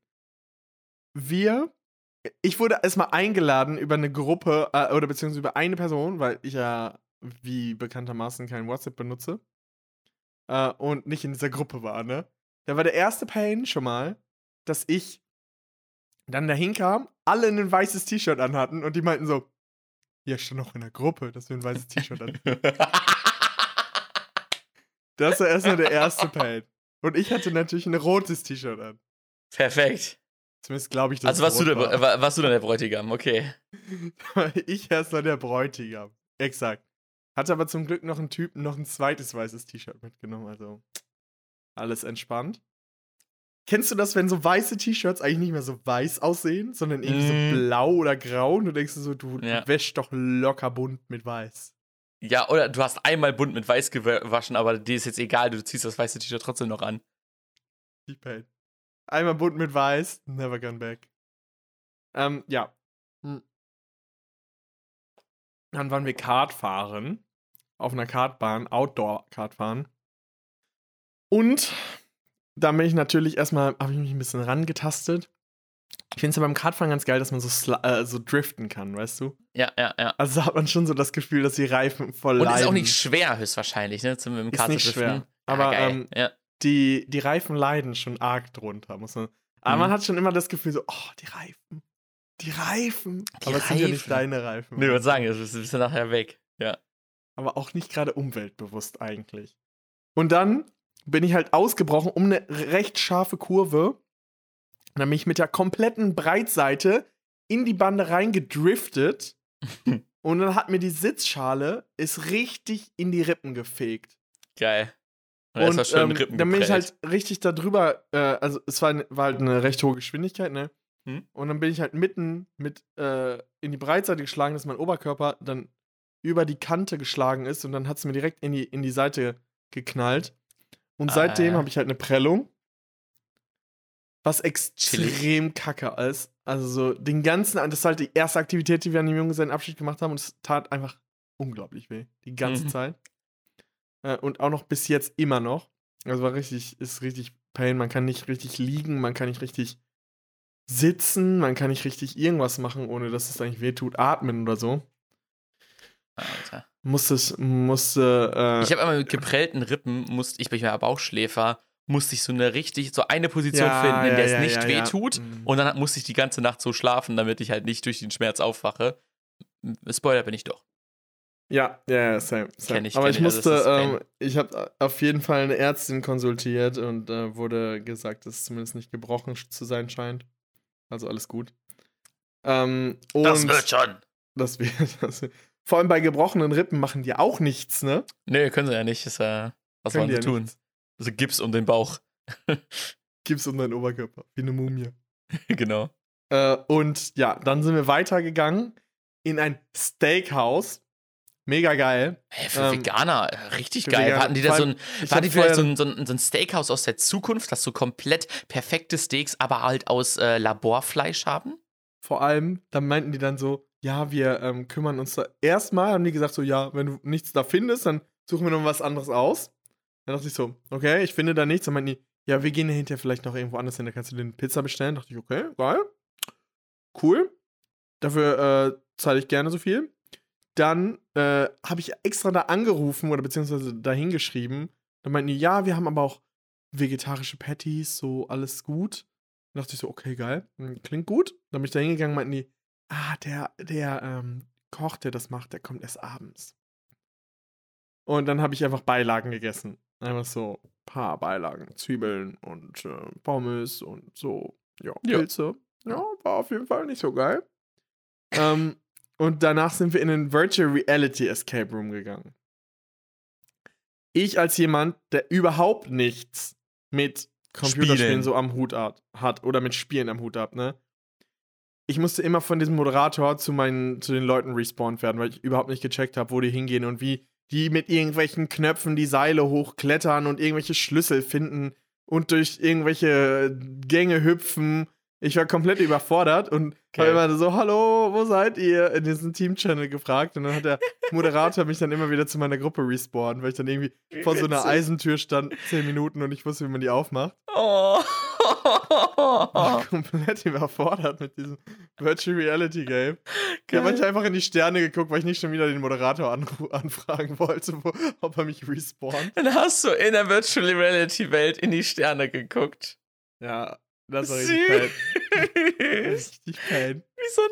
Ich wurde erstmal eingeladen über eine Gruppe, oder beziehungsweise über eine Person, weil ich ja, wie bekanntermaßen, kein WhatsApp benutze. Und nicht in dieser Gruppe war, ne? Da war der erste Pain schon mal, dass ich dann dahin kam, alle ein weißes T-Shirt anhatten und die meinten so, ja, ich stand noch in der Gruppe, dass wir ein weißes T-Shirt an. Das war erstmal der erste Pain. Und ich hatte natürlich ein rotes T-Shirt an. Perfekt. Zumindest glaube ich, dass also warst du dann der Bräutigam, okay. Ich erstmal der Bräutigam. Exakt. Hatte aber zum Glück noch ein Typen noch ein zweites weißes T-Shirt mitgenommen, also alles entspannt. Kennst du das, wenn so weiße T-Shirts eigentlich nicht mehr so weiß aussehen, sondern irgendwie so blau oder grau und du denkst so, du wäschst doch locker bunt mit weiß. Ja, oder du hast einmal bunt mit weiß gewaschen, aber dir ist jetzt egal, du ziehst das weiße T-Shirt trotzdem noch an. T-Pain. Einmal bunt mit weiß, never gone back. Ja. Dann waren wir Kart fahren. Auf einer Kartbahn, Outdoor-Kart fahren. Und da bin ich natürlich erstmal, habe ich mich ein bisschen rangetastet. Ich finde es ja beim Kartfahren ganz geil, dass man so driften kann, weißt du? Ja. Also da hat man schon so das Gefühl, dass die Reifen voll leiden. Und ist auch nicht schwer, höchstwahrscheinlich, ne? Mit dem Kart zu driften. Schwer. Aber die Reifen leiden schon arg drunter. Aber man hat schon immer das Gefühl so, oh, die Reifen. Aber es sind ja nicht deine Reifen. Nee, ich würde sagen, es ist nachher weg. Ja. Aber auch nicht gerade umweltbewusst eigentlich. Und dann bin ich halt ausgebrochen um eine recht scharfe Kurve. Und dann bin ich mit der kompletten Breitseite in die Bande reingedriftet. Und dann hat mir die Sitzschale ist richtig in die Rippen gefegt. Geil. Und dann bin ich halt richtig da drüber, also es war halt eine recht hohe Geschwindigkeit, ne? Und dann bin ich halt mitten in die Breitseite geschlagen, dass mein Oberkörper dann über die Kante geschlagen ist und dann hat es mir direkt in die Seite geknallt. Und seitdem habe ich halt eine Prellung, was extrem kacke ist. Also so den ganzen, das ist halt die erste Aktivität, die wir an dem Junggesellenabschied gemacht haben und es tat einfach unglaublich weh. Die ganze Zeit. Und auch noch bis jetzt immer noch. Also ist richtig Pain. Man kann nicht richtig liegen, man kann nicht richtig sitzen, man kann nicht richtig irgendwas machen, ohne dass es eigentlich wehtut. Atmen oder so. Alter. Ich habe einmal mit geprellten Rippen, ich bin ja Bauchschläfer, musste ich so eine Position finden, in der es nicht wehtut. Und dann musste ich die ganze Nacht so schlafen, damit ich halt nicht durch den Schmerz aufwache. Spoiler bin ich doch. Ja, same. Aber ich habe auf jeden Fall eine Ärztin konsultiert und wurde gesagt, dass es zumindest nicht gebrochen zu sein scheint. Also alles gut. Das wird schon. Das wird. Vor allem bei gebrochenen Rippen machen die auch nichts, ne? Nee, können sie ja nicht. Was wollen sie tun? Nichts. Also Gips um den Bauch. Gips um deinen Oberkörper. Wie eine Mumie. Genau. Und ja, dann sind wir weitergegangen in ein Steakhouse. Mega geil. Hey, für Veganer, richtig geil. Hatten die da vielleicht so ein Steakhouse aus der Zukunft, das so komplett perfekte Steaks, aber halt aus Laborfleisch haben? Vor allem, da meinten die dann so, ja, wir kümmern uns da. Erstmal haben die gesagt so, ja, wenn du nichts da findest, dann suchen wir noch was anderes aus. Dann dachte ich so, okay, ich finde da nichts. Dann meinten die, ja, wir gehen ja hinterher vielleicht noch irgendwo anders hin, da kannst du dir eine Pizza bestellen. Da dachte ich, okay, geil. Cool. Dafür zahle ich gerne so viel. Dann habe ich extra da angerufen oder beziehungsweise da hingeschrieben. Dann meinten die, ja, wir haben aber auch vegetarische Patties, so alles gut. Dann dachte ich so, okay, geil, klingt gut. Dann bin ich da hingegangen, meinten die, der Koch, der das macht, der kommt erst abends. Und dann habe ich einfach Beilagen gegessen. Einfach so ein paar Beilagen, Zwiebeln und Pommes und so, ja, Pilze. Ja, war auf jeden Fall nicht so geil. Und danach sind wir in den Virtual Reality Escape Room gegangen. Ich als jemand, der überhaupt nichts mit Computerspielen so am Hut hat oder mit Spielen am Hut hat, ne? Ich musste immer von diesem Moderator zu den Leuten respawnt werden, weil ich überhaupt nicht gecheckt habe, wo die hingehen und wie die mit irgendwelchen Knöpfen die Seile hochklettern und irgendwelche Schlüssel finden und durch irgendwelche Gänge hüpfen. Ich war komplett überfordert und habe immer so, hallo, wo seid ihr? In diesem Team-Channel gefragt. Und dann hat der Moderator mich dann immer wieder zu meiner Gruppe respawnt, weil ich dann irgendwie vor so einer Eisentür stand, 10 Minuten und ich wusste, wie man die aufmacht. Oh. Ich war komplett überfordert mit diesem Virtual Reality Game. Ich habe manchmal einfach in die Sterne geguckt, weil ich nicht schon wieder den Moderator anfragen wollte, ob er mich respawnt. Dann hast du in der Virtual Reality Welt in die Sterne geguckt. Ja. Das war richtig Pain. Richtig Pain.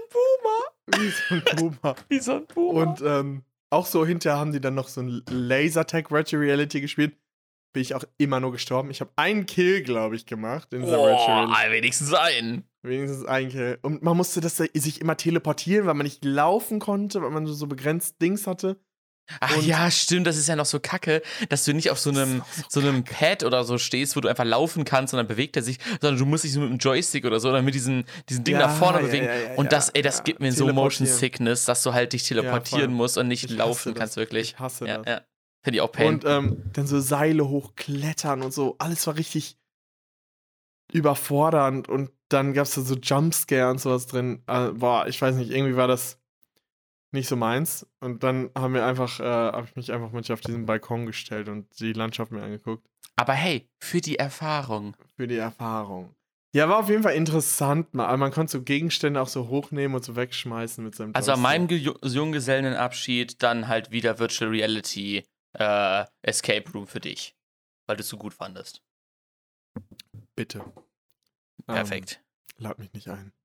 Wie so ein Boomer. Und auch so hinterher haben die dann noch so ein Lasertag Virtual Reality gespielt. Bin ich auch immer nur gestorben. Ich habe einen Kill, glaube ich, gemacht in dieser Virtual Reality. Wenigstens einen. Wenigstens einen Kill. Und man musste sich immer teleportieren, weil man nicht laufen konnte, weil man so begrenzt Dings hatte. Ach ja, stimmt, das ist ja noch so kacke, dass du nicht auf so einem Pad oder so stehst, wo du einfach laufen kannst und dann bewegt er sich, sondern du musst dich so mit einem Joystick oder so oder mit diesem Ding nach vorne bewegen. Und das gibt mir so Motion Sickness, dass du halt dich teleportieren musst und nicht laufen kannst, wirklich. Ich hasse das. Ja. Finde ich auch Pain. Und dann so Seile hochklettern und so. Alles war richtig überfordernd und dann gab es da so Jumpscare und sowas drin. Ich weiß nicht, irgendwie war das nicht so meins. Und dann habe ich mich einfach manchmal auf diesen Balkon gestellt und die Landschaft mir angeguckt. Aber hey, für die Erfahrung. Ja, war auf jeden Fall interessant. Man konnte so Gegenstände auch so hochnehmen und so wegschmeißen mit seinem Also an meinem Junggesellenabschied dann halt wieder Virtual Reality Escape Room für dich. Weil du es so gut fandest. Bitte. Perfekt. Lad mich nicht ein.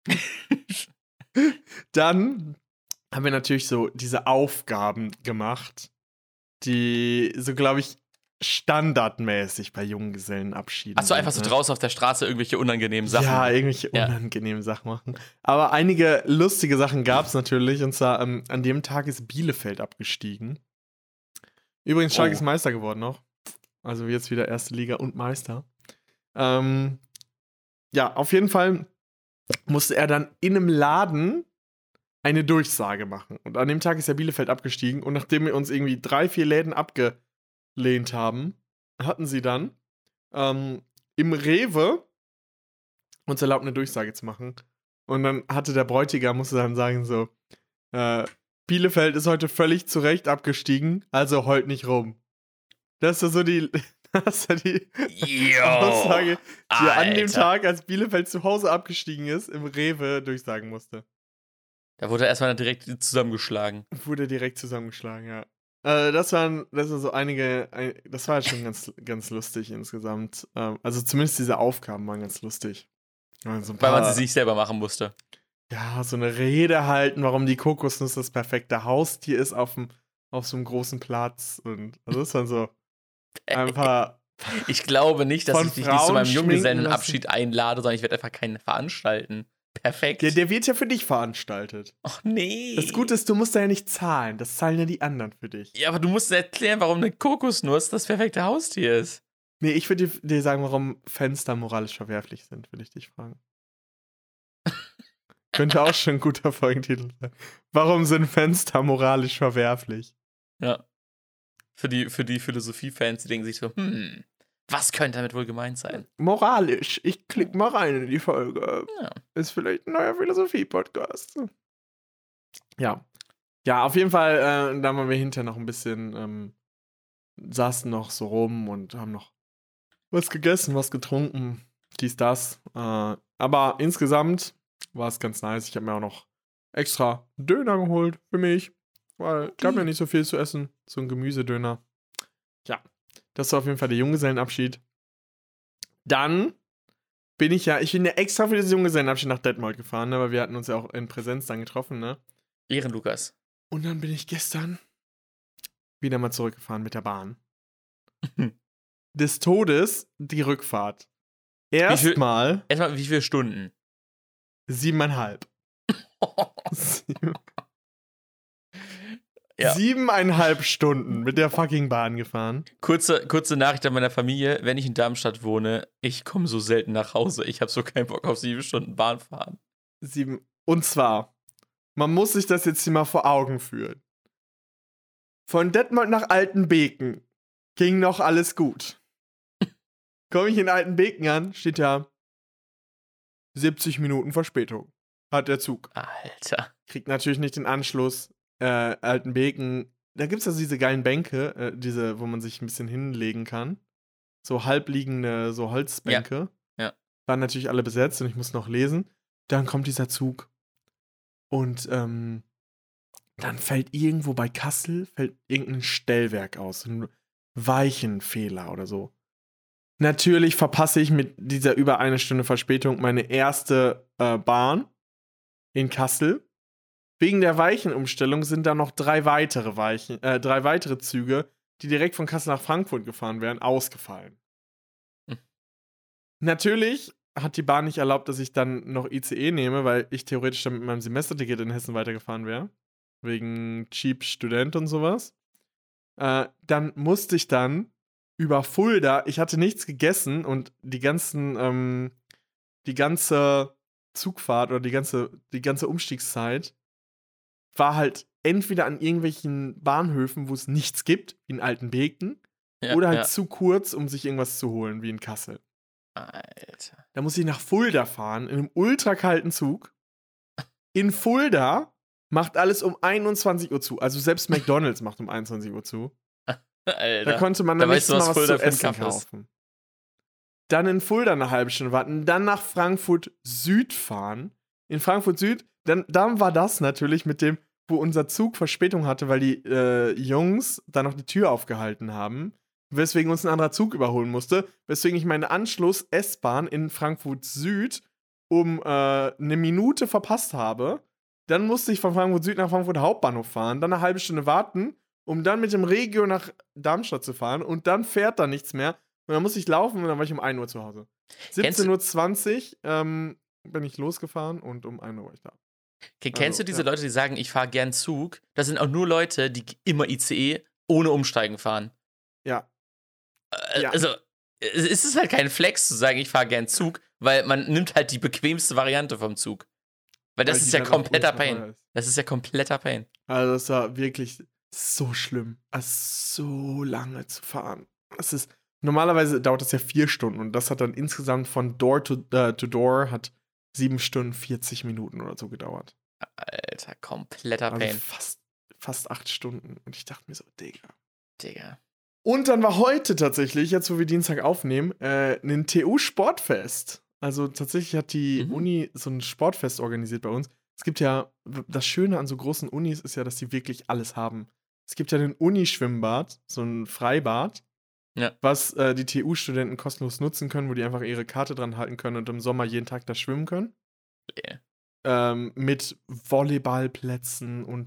Dann haben wir natürlich so diese Aufgaben gemacht, die so, glaube ich, standardmäßig bei Junggesellenabschieden Achso, einfach so draußen auf der Straße irgendwelche unangenehmen Sachen. Ja, irgendwelche unangenehmen Sachen machen. Aber einige lustige Sachen gab es natürlich. Und zwar an dem Tag ist Bielefeld abgestiegen. Übrigens, Schalke ist Meister geworden noch. Also jetzt wieder erste Liga und Meister. Ja, auf jeden Fall musste er dann in einem Laden eine Durchsage machen. Und an dem Tag ist ja Bielefeld abgestiegen. Und nachdem wir uns irgendwie 3-4 Läden abgelehnt haben, hatten sie dann im Rewe uns erlaubt, eine Durchsage zu machen. Und dann musste dann sagen so, Bielefeld ist heute völlig zu Recht abgestiegen, also heult nicht rum. Das ist so die Aussage, die er an dem Tag, als Bielefeld zu Hause abgestiegen ist, im Rewe durchsagen musste. Da wurde er erstmal direkt zusammengeschlagen. Ja. Das waren so einige, das war schon ganz lustig insgesamt. Also zumindest diese Aufgaben waren ganz lustig. Also weil man sie sich selber machen musste. Ja, so eine Rede halten, warum die Kokosnuss das perfekte Haustier ist auf so einem großen Platz. Und das ist dann so einfach. Ich glaube nicht, dass ich dich nicht zu meinem Junggesellenabschied einlade, sondern ich werde einfach keinen veranstalten. Perfekt. Der wird ja für dich veranstaltet. Ach nee. Das Gute ist, du musst da ja nicht zahlen. Das zahlen ja die anderen für dich. Ja, aber du musst erklären, warum eine Kokosnuss das perfekte Haustier ist. Nee, ich würde dir sagen, warum Fenster moralisch verwerflich sind, will ich dich fragen. Könnte auch schon ein guter Folgentitel sein. Warum sind Fenster moralisch verwerflich? Ja. Für die Philosophie-Fans, die denken sich so, was könnte damit wohl gemeint sein? Moralisch. Ich klick mal rein in die Folge. Ja. Ist vielleicht ein neuer Philosophie-Podcast. Ja. Ja, auf jeden Fall, da waren wir hinterher noch ein bisschen, saßen noch so rum und haben noch was gegessen, was getrunken, dies, das. Aber insgesamt war es ganz nice. Ich habe mir auch noch extra Döner geholt für mich, weil gab mir nicht so viel zu essen. So ein Gemüsedöner. Ja, das war auf jeden Fall der Junggesellenabschied. Dann bin ich ja extra für diesen Junggesellenabschied nach Detmold gefahren, ne, weil wir hatten uns ja auch in Präsenz dann getroffen, ne? Lukas. Und dann bin ich gestern wieder mal zurückgefahren mit der Bahn. Des Todes die Rückfahrt. Erstmal, wie viele Stunden? 7,5. Ja. 7,5 Stunden mit der fucking Bahn gefahren. Kurze Nachricht an meiner Familie, wenn ich in Darmstadt wohne, ich komme so selten nach Hause. Ich habe so keinen Bock auf 7 Stunden Bahn fahren. 7. Und zwar, man muss sich das jetzt hier mal vor Augen führen. Von Detmold nach Altenbeken ging noch alles gut. Komme ich in Altenbeken an, steht da 70 Minuten Verspätung. Hat der Zug. Alter. Kriegt natürlich nicht den Anschluss. Altenbeken, da gibt es also diese geilen Bänke, wo man sich ein bisschen hinlegen kann. So halbliegende, so Holzbänke. Ja. Waren natürlich alle besetzt und ich muss noch lesen. Dann kommt dieser Zug. Und dann fällt irgendwo bei Kassel irgendein Stellwerk aus. Ein Weichenfehler oder so. Natürlich verpasse ich mit dieser über 1 Stunde Verspätung meine erste Bahn in Kassel. Wegen der Weichenumstellung sind da noch 3 weitere Züge, die direkt von Kassel nach Frankfurt gefahren wären, ausgefallen. Natürlich hat die Bahn nicht erlaubt, dass ich dann noch ICE nehme, weil ich theoretisch dann mit meinem Semesterticket in Hessen weitergefahren wäre. Wegen Cheap Student und sowas. Dann musste ich dann über Fulda, ich hatte nichts gegessen und die ganze Zugfahrt oder die ganze Umstiegszeit war halt entweder an irgendwelchen Bahnhöfen, wo es nichts gibt, wie in Altenbeken, oder halt zu kurz, um sich irgendwas zu holen, wie in Kassel. Alter. Da muss ich nach Fulda fahren, in einem ultra kalten Zug. In Fulda macht alles um 21 Uhr zu. Also selbst McDonald's macht um 21 Uhr zu. Alter. Da konnte man dann nicht mal was Fulda zu essen kaufen. Dann in Fulda eine halbe Stunde warten, dann nach Frankfurt Süd fahren. In Frankfurt Süd, dann war das natürlich mit dem, wo unser Zug Verspätung hatte, weil die Jungs da noch die Tür aufgehalten haben, weswegen uns ein anderer Zug überholen musste, weswegen ich meine Anschluss-S-Bahn in Frankfurt Süd um eine Minute verpasst habe. Dann musste ich von Frankfurt Süd nach Frankfurt Hauptbahnhof fahren, dann eine halbe Stunde warten, um dann mit dem Regio nach Darmstadt zu fahren und dann fährt da nichts mehr. Und dann musste ich laufen und dann war ich um 1 Uhr zu Hause. 17:20 Uhr bin ich losgefahren und um 1 Uhr war ich da. Kennst du diese Leute, die sagen, ich fahre gern Zug? Das sind auch nur Leute, die immer ICE ohne Umsteigen fahren. Ja. Also, es ist halt kein Flex zu sagen, ich fahre gern Zug, weil man nimmt halt die bequemste Variante vom Zug. Weil das ist ja kompletter Pain. Das ist ja kompletter Pain. Also, das war wirklich so schlimm. Also, so lange zu fahren. Normalerweise dauert das ja 4 Stunden und das hat dann insgesamt von Door to Door hat 7 Stunden 40 Minuten oder so gedauert. Alter, kompletter Pain. Also fast 8 Stunden. Und ich dachte mir so, Digga. Und dann war heute tatsächlich, jetzt wo wir Dienstag aufnehmen, ein TU-Sportfest. Also tatsächlich hat die Uni so ein Sportfest organisiert bei uns. Es gibt ja, das Schöne an so großen Unis ist ja, dass die wirklich alles haben. Es gibt ja ein Unischwimmbad, so ein Freibad, was die TU-Studenten kostenlos nutzen können, wo die einfach ihre Karte dran halten können und im Sommer jeden Tag da schwimmen können. Mit Volleyballplätzen und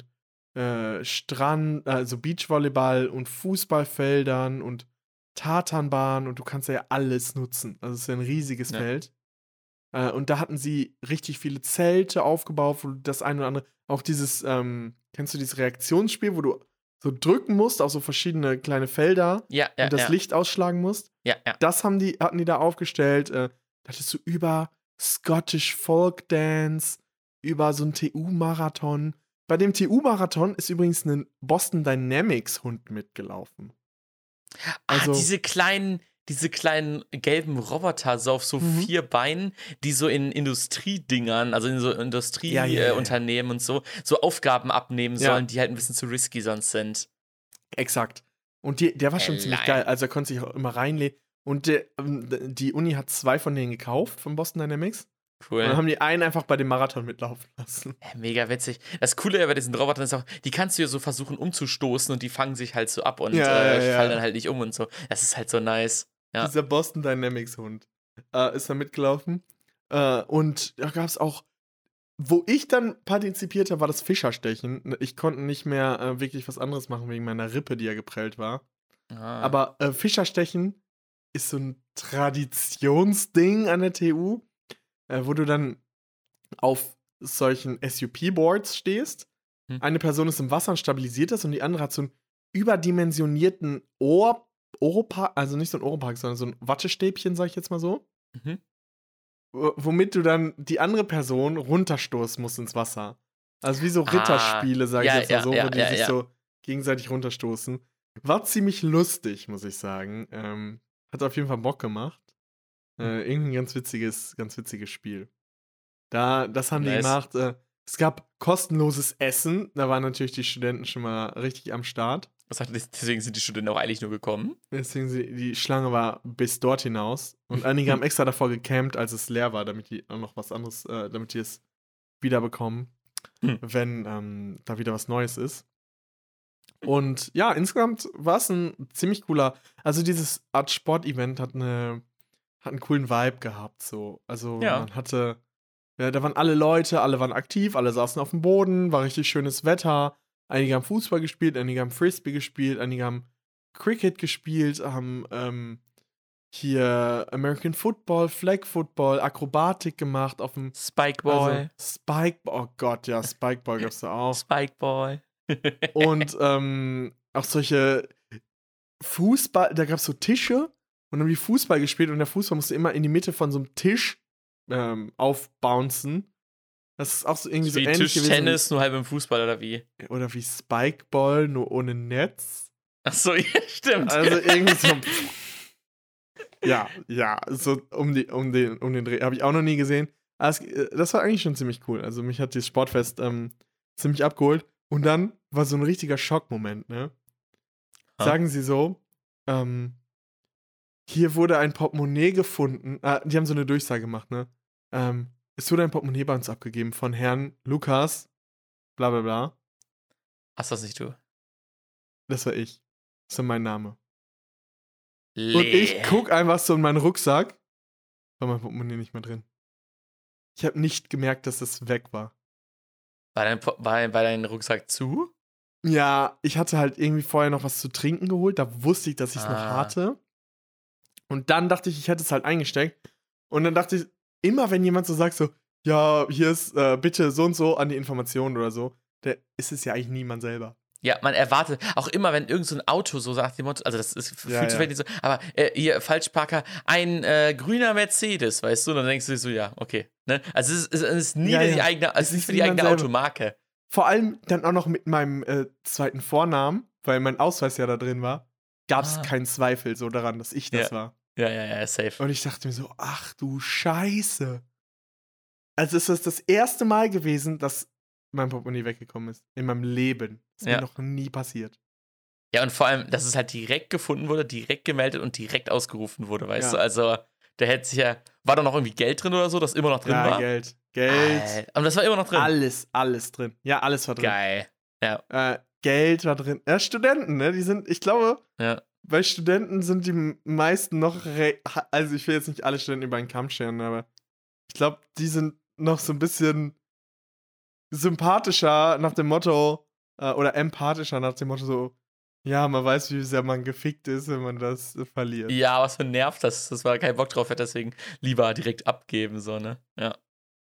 Strand, also Beachvolleyball und Fußballfeldern und Tatanbahn und du kannst ja alles nutzen. Also es ist ja ein riesiges Feld. Und da hatten sie richtig viele Zelte aufgebaut, wo das eine oder andere, auch dieses, kennst du dieses Reaktionsspiel, wo du so drücken musst auf so verschiedene kleine Felder und das Licht ausschlagen musst? Ja. Das hatten die da aufgestellt. Da hattest du über Scottish Folk Dance, über so einen TU-Marathon. Bei dem TU-Marathon ist übrigens ein Boston Dynamics-Hund mitgelaufen. Also, diese kleinen gelben Roboter so auf so 4 Beinen, die so in Industriedingern, also in so Industrieunternehmen und so Aufgaben abnehmen sollen, die halt ein bisschen zu risky sonst sind. Exakt. Und der war schon ziemlich geil. Also er konnte sich auch immer reinlegen. Und die Uni hat 2 von denen gekauft, von Boston Dynamics. Cool. Und dann haben die einen einfach bei dem Marathon mitlaufen lassen. Mega witzig. Das Coole bei diesen Robotern ist auch, die kannst du ja so versuchen umzustoßen und die fangen sich halt so ab und fallen dann halt nicht um und so. Das ist halt so nice. Ja. Dieser Boston Dynamics Hund ist da mitgelaufen. Und da gab es auch, wo ich dann partizipiert habe, war das Fischerstechen. Ich konnte nicht mehr wirklich was anderes machen wegen meiner Rippe, die ja geprellt war. Aber Fischerstechen ist so ein Traditionsding an der TU, wo du dann auf solchen SUP-Boards stehst. Eine Person ist im Wasser und stabilisiert das und die andere hat so einen überdimensionierten Oropax, also nicht so ein Oropax, sondern so ein Wattestäbchen, sag ich jetzt mal so. Womit du dann die andere Person runterstoßen musst ins Wasser. Also wie so Ritterspiele, sag ich jetzt mal so, wo die sich so gegenseitig runterstoßen. War ziemlich lustig, muss ich sagen. Hat auf jeden Fall Bock gemacht. Irgendwie ein ganz witziges Spiel. Das haben die gemacht. Es gab kostenloses Essen. Da waren natürlich die Studenten schon mal richtig am Start. Deswegen sind die Studenten auch eigentlich nur gekommen. Deswegen die Schlange war bis dort hinaus. Und einige haben extra davor gecampt, als es leer war, damit die auch noch was anderes, damit die es wiederbekommen, wenn da wieder was Neues ist. Und ja, insgesamt war es ein ziemlich cooler, also dieses Art Sport-Event hat einen coolen Vibe gehabt, so. Also man hatte, da waren alle Leute, alle waren aktiv, alle saßen auf dem Boden, war richtig schönes Wetter. Einige haben Fußball gespielt, einige haben Frisbee gespielt, einige haben Cricket gespielt, haben hier American Football, Flag Football, Akrobatik gemacht auf dem Spikeball. Oh Gott, ja, Spikeball gab's da auch. Spikeball. Und auch solche Fußball, da gab's so Tische und dann haben die Fußball gespielt und der Fußball musste immer in die Mitte von so einem Tisch aufbouncen. Das ist auch so irgendwie so ähnlich gewesen. Tischtennis, nur halb im Fußball, oder wie? Oder wie Spikeball, nur ohne Netz. Ach so, ja, stimmt. Also irgendwie so. Ja, so um den Dreh. Habe ich auch noch nie gesehen. Aber das war eigentlich schon ziemlich cool. Also mich hat dieses Sportfest ziemlich abgeholt. Und dann war so ein richtiger Schockmoment, ne? Sagen sie so, hier wurde ein Portemonnaie gefunden. Die haben so eine Durchsage gemacht, ne? Es wurde ein Portemonnaie bei uns abgegeben von Herrn Lukas, bla bla bla. Hast das nicht du? Das war ich. Das war mein Name. Und ich guck einfach so in meinen Rucksack. War mein Portemonnaie nicht mehr drin. Ich habe nicht gemerkt, dass das weg war. War dein Rucksack zu? Ja, ich hatte halt irgendwie vorher noch was zu trinken geholt. Da wusste ich, dass ich es noch hatte. Und dann dachte ich hätte es halt eingesteckt. Und dann dachte ich, immer wenn jemand so sagt so, ja, hier ist bitte so und so an die Informationen oder so, der ist es ja eigentlich niemand selber. Ja, man erwartet, auch immer, wenn irgend so ein Auto so sagt, also das ist fühlt sich nicht so, aber hier, Falschparker, ein grüner Mercedes, weißt du, und dann denkst du dir so, ja, okay. Ne? Also es ist nie die eigene, also es ist nicht für die eigene Automarke. Vor allem dann auch noch mit meinem zweiten Vornamen, weil mein Ausweis ja da drin war, gab es keinen Zweifel so daran, dass ich das war. Ja, safe. Und ich dachte mir so, ach du Scheiße. Also es ist das erste Mal gewesen, dass mein Portemonnaie weggekommen ist. In meinem Leben. Das ist mir noch nie passiert. Ja, und vor allem, dass es halt direkt gefunden wurde, direkt gemeldet und direkt ausgerufen wurde, weißt du? Also, der hätte sich ja. War da noch irgendwie Geld drin oder so, das immer noch drin war? Ja, Geld. Aber das war immer noch drin. Alles drin. Ja, alles war drin. Geil. Ja. Geld war drin. Ja, Studenten, ne? Die sind, ich glaube, bei Studenten sind die meisten noch. Also, ich will jetzt nicht alle Studenten über einen Kamm scheren, aber ich glaube, die sind noch so ein bisschen sympathischer nach dem Motto, oder empathischer nach dem Motto so, ja, man weiß, wie sehr man gefickt ist, wenn man das verliert. Ja, was für ein Nerv das war, kein Bock drauf hat, deswegen lieber direkt abgeben, so, ne? Ja.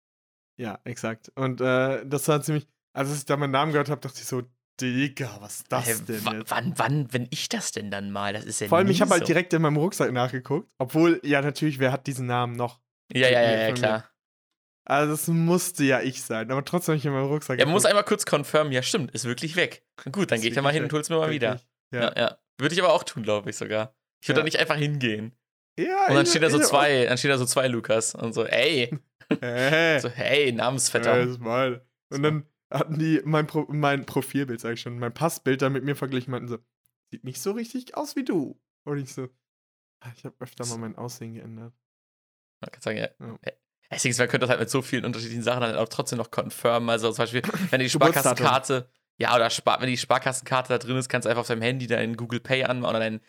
Ja, exakt. Und das war ziemlich, als ich da meinen Namen gehört habe, dachte ich so, Digga, was ist das denn jetzt? Wann, wenn ich das denn dann mal? Das ist ja vor allem, nie ich habe halt so. direkt in meinem Rucksack nachgeguckt, obwohl, ja, natürlich, wer hat diesen Namen noch? Ja, klar. Also, das musste ja ich sein, aber trotzdem habe ich in meinem Rucksack geguckt. Man muss einmal kurz confirmen, ja, stimmt, ist wirklich weg. Gut, dann geh ich da mal hin und hol's mir mal wieder. Ja. Würde ich aber auch tun, glaube ich sogar. Ich würde da nicht einfach hingehen. Ja, und dann stehen da so zwei Lukas und so, ey. So, hey, Namensvetter. Das mal. Und dann hatten die mein Profilbild, sag ich schon, mein Passbild da mit mir verglichen, meinten so, sieht nicht so richtig aus wie du. Und ich so, ich habe öfter mal mein Aussehen geändert. Man kann sagen, ja. Deswegen, man könnte das halt mit so vielen unterschiedlichen Sachen dann auch trotzem noch confirmen. Also zum Beispiel, wenn die Sparkassenkarte, wenn die Sparkassenkarte da drin ist, kannst du einfach auf deinem Handy dein Google Pay anmachen oder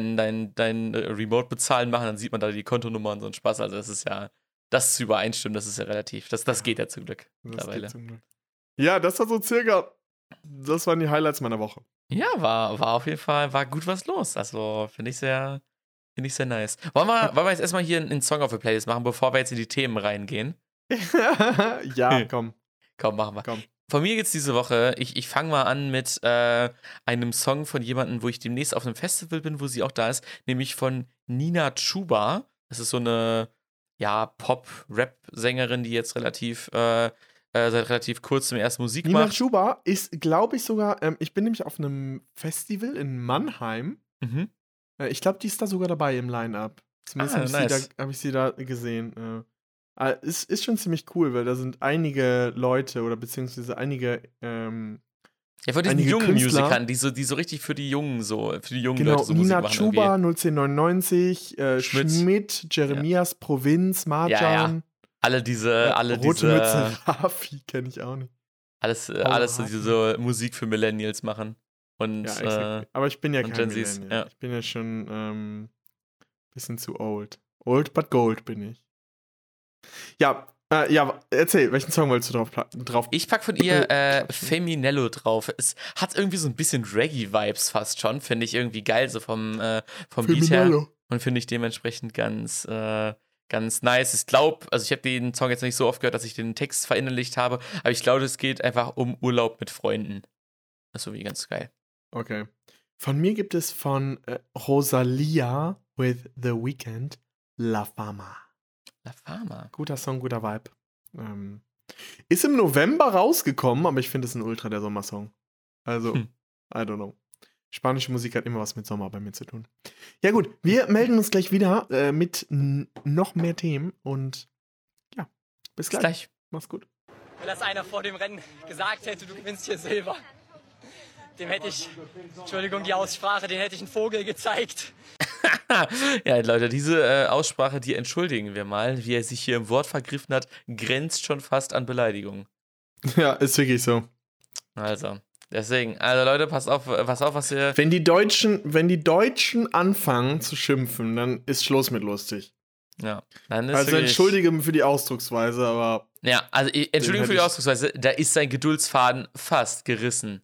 dein Remote-Bezahlen machen, dann sieht man da die Kontonummer und so einen Spaß. Also das ist ja, das zu übereinstimmen, das ist ja relativ. Das geht ja zum Glück mittlerweile. Ja, das war so circa, das waren die Highlights meiner Woche. Ja, war auf jeden Fall, war gut was los. Also finde ich sehr nice. Wollen wir jetzt erstmal hier einen Song auf der Playlist machen, bevor wir jetzt in die Themen reingehen? Ja, komm. Komm, machen wir. Komm. Von mir geht's diese Woche, ich fange mal an mit einem Song von jemandem, wo ich demnächst auf einem Festival bin, wo sie auch da ist, nämlich von Nina Chuba. Das ist so eine, Pop-Rap-Sängerin, die jetzt seit relativ kurzem erst Musik macht. Nina Chuba ist, glaube ich, sogar, ich bin nämlich auf einem Festival in Mannheim. Mhm. Ich glaube, die ist da sogar dabei im Line-Up. Zumindest habe ich sie da gesehen. Ist schon ziemlich cool, weil da sind einige Leute oder beziehungsweise einige von diesen jungen Musikern, die so richtig für die jungen Leute so Nina Musik machen. Nina Chuba, 01099, Schmidt, Jeremias, Provinz, Marjan. Alle diese Rote Mütze, Rafi kenne ich auch nicht. Alles so, die so Musik für Millennials machen. Und, aber ich bin ja kein Millennial. Ja. Ich bin ja schon bisschen zu old. Old but gold bin ich. Ja, erzähl, welchen Song wolltest du drauf? Ich pack von ihr Feminello drauf. Es hat irgendwie so ein bisschen Reggae-Vibes fast schon. Finde ich irgendwie geil, so vom Beat her. Und finde ich dementsprechend ganz nice. Ich glaube, also ich habe den Song jetzt nicht so oft gehört, dass ich den Text verinnerlicht habe, aber ich glaube, es geht einfach um Urlaub mit Freunden. Das ist irgendwie ganz geil. Okay. Von mir gibt es von Rosalia with The Weeknd La Fama. La Fama. Guter Song, guter Vibe. Ist im November rausgekommen, aber ich finde es ein ultra der Sommersong. Also, I don't know. Spanische Musik hat immer was mit Sommer bei mir zu tun. Ja gut, wir melden uns gleich wieder mit noch mehr Themen und ja, bis gleich. Mach's gut. Wenn das einer vor dem Rennen gesagt hätte, du gewinnst hier Silber, dem hätte ich, Entschuldigung die Aussprache, den hätte ich einen Vogel gezeigt. Ja, Leute, diese Aussprache, die entschuldigen wir mal, wie er sich hier im Wort vergriffen hat, grenzt schon fast an Beleidigung. Ja, ist wirklich so. Also, deswegen, Leute, passt auf, was ihr... Wenn die Deutschen anfangen zu schimpfen, dann ist Schluss mit lustig. Ja, dann ist also wirklich... entschuldige für die Ausdrucksweise, aber... Ja, also entschuldige für die Ausdrucksweise, da ist sein Geduldsfaden fast gerissen.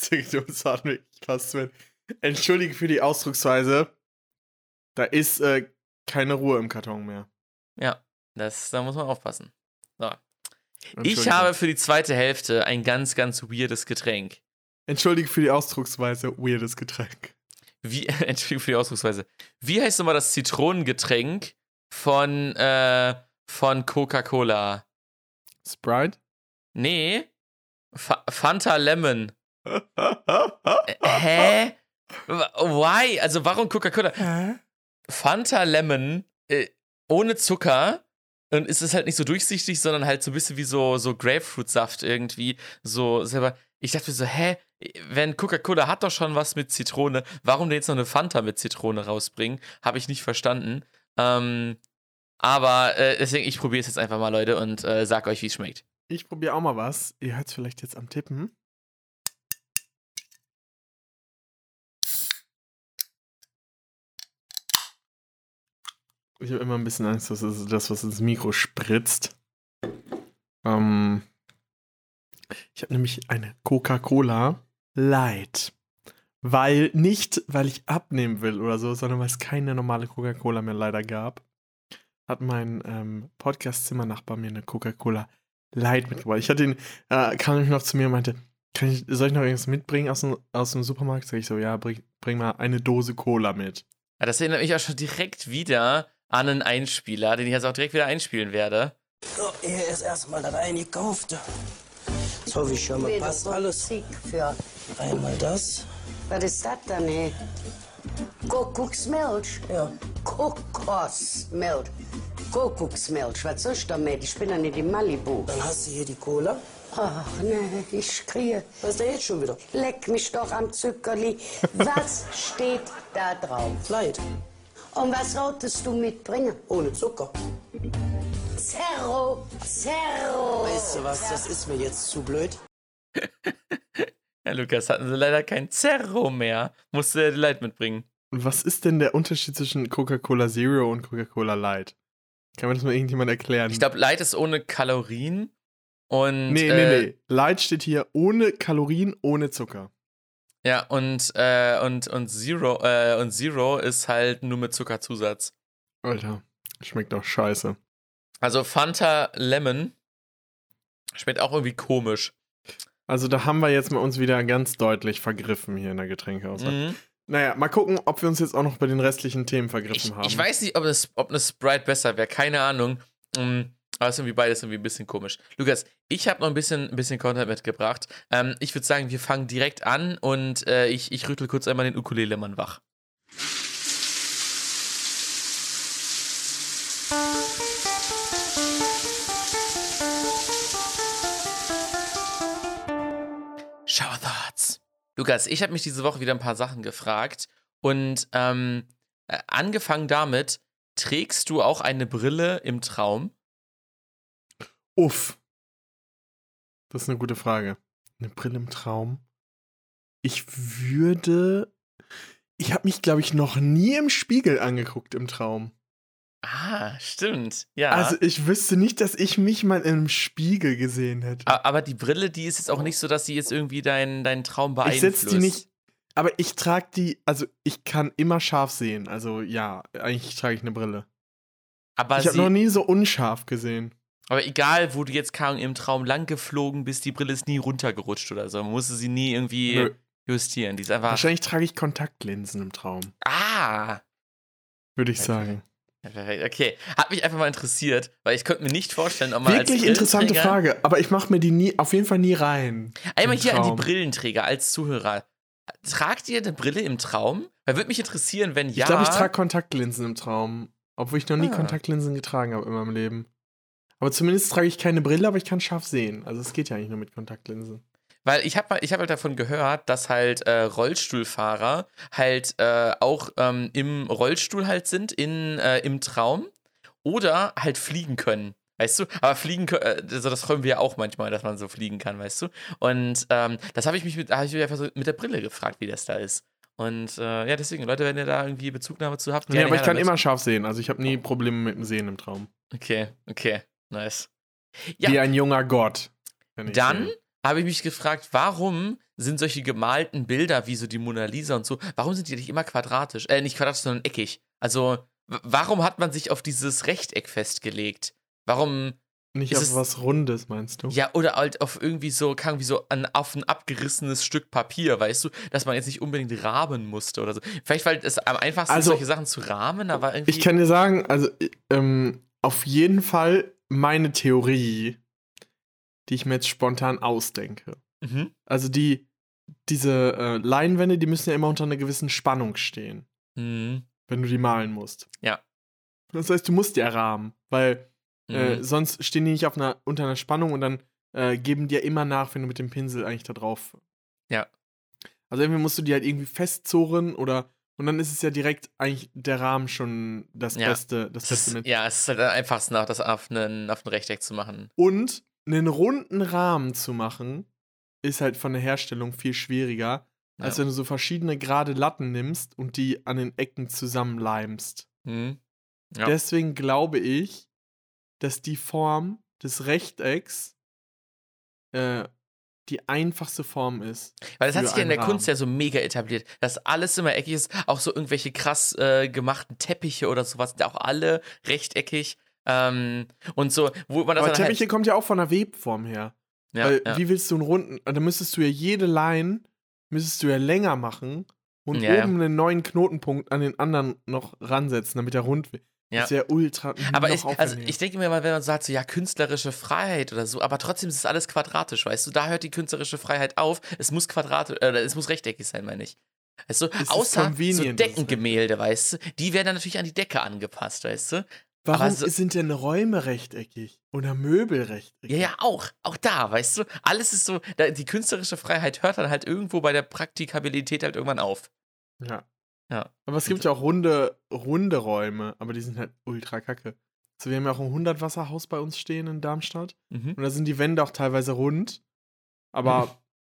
Entschuldige für die Ausdrucksweise, da ist keine Ruhe im Karton mehr. Ja, da muss man aufpassen. So. Ich habe für die zweite Hälfte ein ganz, ganz weirdes Getränk. Entschuldige für die Ausdrucksweise, weirdes Getränk. Entschuldige für die Ausdrucksweise. Wie heißt nochmal das Zitronengetränk von Coca-Cola? Sprite? Nee. Fanta Lemon. Hä? Why? Also warum Coca-Cola? Fanta Lemon ohne Zucker und ist es halt nicht so durchsichtig, sondern halt so ein bisschen wie so Grapefruitsaft irgendwie. So selber. Ich dachte mir so, wenn Coca-Cola hat doch schon was mit Zitrone, warum denn jetzt noch eine Fanta mit Zitrone rausbringen? Habe ich nicht verstanden. Aber deswegen, ich probiere es jetzt einfach mal, Leute, und sag euch, wie es schmeckt. Ich probiere auch mal was. Ihr hört es vielleicht jetzt am Tippen. Ich habe immer ein bisschen Angst, dass das, was ins Mikro spritzt. Ich habe nämlich eine Coca-Cola Light. Nicht, weil ich abnehmen will oder so, sondern weil es keine normale Coca-Cola mehr leider gab. Hat mein Podcast-Zimmernachbar mir eine Coca-Cola Light mitgebracht. Ich hatte ihn, kam nämlich noch zu mir und meinte, soll ich noch irgendwas mitbringen aus dem Supermarkt? Sag ich so, ja, bring mal eine Dose Cola mit. Ja, das erinnert mich auch schon direkt wieder an einen Einspieler, den ich jetzt auch direkt wieder einspielen werde. So, hier ist erstmal das eingekaufte. So wie schon mal passt alles. Einmal das. Was ist das denn, ey? Kuckucksmilch? Ja. Kokosmilch. Kuckucksmilch, was soll ich damit? Ich bin ja nicht in Malibu. Dann hast du hier die Cola. Ach, nee, ich kriege. Was ist denn jetzt schon wieder? Leck mich doch am Zuckerli. Was steht da drauf? Light. Und was wolltest du mitbringen? Ohne Zucker. Zero. Weißt du was, das ist mir jetzt zu blöd. Ja, Lukas, hatten sie leider kein Zerro mehr. Musste er die Light mitbringen. Und was ist denn der Unterschied zwischen Coca-Cola Zero und Coca-Cola Light? Kann mir das mal irgendjemand erklären? Ich glaube, Light ist ohne Kalorien und... Nee. Light steht hier ohne Kalorien, ohne Zucker. Ja, und Zero ist halt nur mit Zuckerzusatz. Alter, schmeckt doch scheiße. Also Fanta Lemon schmeckt auch irgendwie komisch. Also da haben wir jetzt mal uns wieder ganz deutlich vergriffen hier in der Getränkeauswahl. Mhm. Naja, mal gucken, ob wir uns jetzt auch noch bei den restlichen Themen vergriffen haben. Ich weiß nicht, ob eine Sprite besser wäre, keine Ahnung. Aber es ist irgendwie beides irgendwie ein bisschen komisch. Lukas, ich habe noch ein bisschen Content mitgebracht. Ich würde sagen, wir fangen direkt an und ich rüttel kurz einmal den Ukulele-Mann wach. Shower Thoughts. Lukas, ich habe mich diese Woche wieder ein paar Sachen gefragt und angefangen damit, trägst du auch eine Brille im Traum? Uff. Das ist eine gute Frage. Eine Brille im Traum? Ich habe mich, glaube ich, noch nie im Spiegel angeguckt im Traum. Ah, stimmt. Ja. Also ich wüsste nicht, dass ich mich mal im Spiegel gesehen hätte. Aber die Brille, die ist jetzt auch nicht so, dass sie jetzt irgendwie deinen Traum beeinflusst. Ich setze die nicht, aber ich trage die, also ich kann immer scharf sehen. Also ja, eigentlich trage ich eine Brille. Aber ich habe noch nie so unscharf gesehen. Aber egal, wo du jetzt im Traum lang geflogen bist, die Brille ist nie runtergerutscht oder so. Man musste sie nie irgendwie justieren. Die ist einfach. Wahrscheinlich trage ich Kontaktlinsen im Traum. Ah! Würde ich sagen. Ja, perfekt. Okay. Hat mich einfach mal interessiert, weil ich könnte mir nicht vorstellen, ob man wirklich als interessante Frage, aber ich mache mir die auf jeden Fall nie rein. Einmal hier an die Brillenträger als Zuhörer. tragt ihr eine Brille im Traum? Weil würde mich interessieren, wenn ja. Ich glaube, ich trage Kontaktlinsen im Traum. Obwohl ich noch nie Kontaktlinsen getragen habe in meinem Leben. Aber zumindest trage ich keine Brille, aber ich kann scharf sehen. Also es geht ja eigentlich nur mit Kontaktlinsen. Weil ich hab halt davon gehört, dass halt Rollstuhlfahrer halt auch im Rollstuhl halt sind im Traum oder halt fliegen können. Weißt du? Aber fliegen, also das träumen wir ja auch manchmal, dass man so fliegen kann, weißt du? Und das habe ich mich einfach so mit der Brille gefragt, wie das da ist. Und ja, deswegen, Leute, wenn ihr da irgendwie Bezugnahme zu habt. Ja, aber ich kann immer scharf sehen. Also ich habe nie Probleme mit dem Sehen im Traum. Okay, nice. Ja. Wie ein junger Gott. Dann habe ich mich gefragt, warum sind solche gemalten Bilder wie so die Mona Lisa und so, warum sind die nicht immer quadratisch? Nicht quadratisch, sondern eckig. Also, warum hat man sich auf dieses Rechteck festgelegt? Warum nicht auf was Rundes, meinst du? Ja, oder halt auf irgendwie so, auf ein abgerissenes Stück Papier, weißt du, dass man jetzt nicht unbedingt rahmen musste oder so. Vielleicht, weil es am einfachsten ist, solche Sachen zu rahmen, aber irgendwie. Ich kann dir sagen, also, auf jeden Fall meine Theorie, die ich mir jetzt spontan ausdenke. Mhm. Also diese Leinwände, die müssen ja immer unter einer gewissen Spannung stehen. Mhm. Wenn du die malen musst. Ja. Das heißt, du musst die errahmen, weil sonst stehen die nicht unter einer Spannung und dann geben die ja immer nach, wenn du mit dem Pinsel eigentlich da drauf. Ja. Also entweder musst du die halt irgendwie festzurren und dann ist es ja direkt eigentlich der Rahmen schon das Beste mit. Ja, es ist halt am einfachsten, das auf ein Rechteck zu machen. Und einen runden Rahmen zu machen, ist halt von der Herstellung viel schwieriger, als wenn du so verschiedene gerade Latten nimmst und die an den Ecken zusammenleimst. Mhm. Ja. Deswegen glaube ich, dass die Form des Rechtecks die einfachste Form ist. Weil das hat sich ja in der Kunst ja so mega etabliert, dass alles immer eckig ist, auch so irgendwelche krass gemachten Teppiche oder sowas, sind auch alle rechteckig. Und so, wo man das aber Teppiche kommt ja auch von der Webform her. Ja, weil, wie willst du einen runden, da müsstest du ja jede Line länger machen und oben einen neuen Knotenpunkt an den anderen noch ransetzen, damit er rund wird. Ja. Das ist ja ultra. Aber ich denke mir mal, wenn man sagt, so, ja, künstlerische Freiheit oder so, aber trotzdem ist es alles quadratisch, weißt du, da hört die künstlerische Freiheit auf, es muss es muss rechteckig sein, meine ich. Weißt du, außer so Deckengemälde, weißt du, die werden dann natürlich an die Decke angepasst, weißt du. Warum sind denn Räume rechteckig oder Möbel rechteckig? Ja, auch da, weißt du, alles ist so, die künstlerische Freiheit hört dann halt irgendwo bei der Praktikabilität halt irgendwann auf. Ja. Aber es gibt ja auch runde Räume, aber die sind halt ultra kacke. Also wir haben ja auch ein 100-Wasserhaus bei uns stehen in Darmstadt. Und da sind die Wände auch teilweise rund. Aber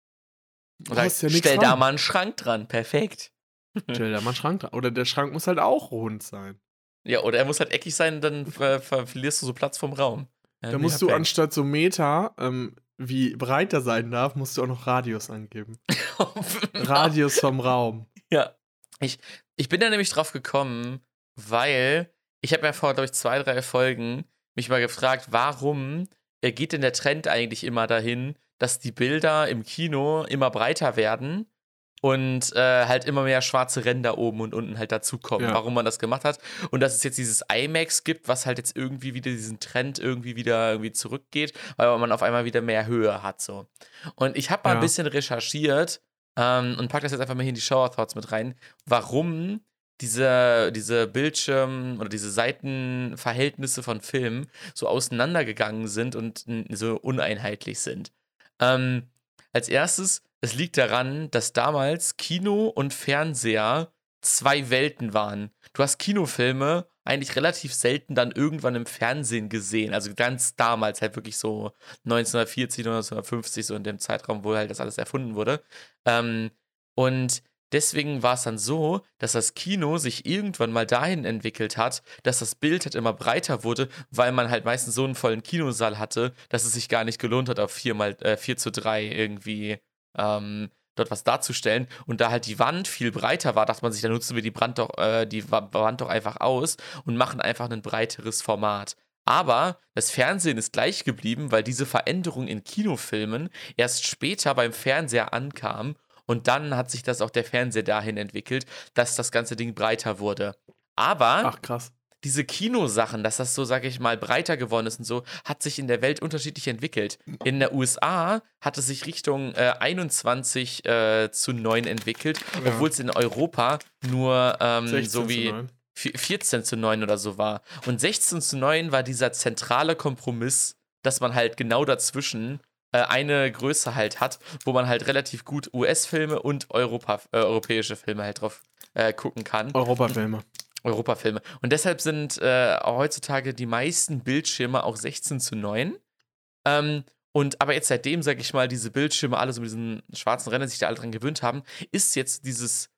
stell da mal einen Schrank dran, perfekt. Stell da mal einen Schrank dran. Oder der Schrank muss halt auch rund sein. Ja, oder er muss halt eckig sein, dann verlierst du so Platz vom Raum. Da musst du anstatt so Meter, wie breit der sein darf, musst du auch noch Radius angeben. Radius vom Raum. Ja. Ich bin da nämlich drauf gekommen, weil ich habe ja vor, glaube ich, 2, 3 Folgen mich mal gefragt, warum geht denn der Trend eigentlich immer dahin, dass die Bilder im Kino immer breiter werden und halt immer mehr schwarze Ränder oben und unten halt dazukommen, warum man das gemacht hat. Und dass es jetzt dieses IMAX gibt, was halt jetzt irgendwie wieder diesen Trend irgendwie zurückgeht, weil man auf einmal wieder mehr Höhe hat. So. Und ich habe mal ein bisschen recherchiert und pack das jetzt einfach mal hier in die Shower Thoughts mit rein, warum diese Bildschirm- oder diese Seitenverhältnisse von Filmen so auseinandergegangen sind und so uneinheitlich sind. Als erstes, es liegt daran, dass damals Kino und Fernseher 2 Welten waren. Du hast Kinofilme eigentlich relativ selten dann irgendwann im Fernsehen gesehen. Also ganz damals halt wirklich so 1940, 1950, so in dem Zeitraum, wo halt das alles erfunden wurde. Und deswegen war es dann so, dass das Kino sich irgendwann mal dahin entwickelt hat, dass das Bild halt immer breiter wurde, weil man halt meistens so einen vollen Kinosaal hatte, dass es sich gar nicht gelohnt hat, auf 4:3 irgendwie dort was darzustellen. Und da halt die Wand viel breiter war, dachte man sich, dann nutzen wir die Wand doch einfach aus und machen einfach ein breiteres Format. Aber das Fernsehen ist gleich geblieben, weil diese Veränderung in Kinofilmen erst später beim Fernseher ankam. Und dann hat sich das auch der Fernseher dahin entwickelt, dass das ganze Ding breiter wurde. Aber, ach krass, diese Kinosachen, dass das so, sag ich mal, breiter geworden ist und so, hat sich in der Welt unterschiedlich entwickelt. In der USA hat es sich Richtung 21:9 entwickelt, obwohl es in Europa nur so wie 14:9 oder so war. Und 16:9 war dieser zentrale Kompromiss, dass man halt genau dazwischen eine Größe halt hat, wo man halt relativ gut US-Filme und europäische Filme halt drauf gucken kann. Europafilme. Und deshalb sind heutzutage die meisten Bildschirme auch 16:9. Aber jetzt seitdem, sag ich mal, diese Bildschirme alle so mit diesen schwarzen Rändern sich da alle dran gewöhnt haben, ist jetzt dieses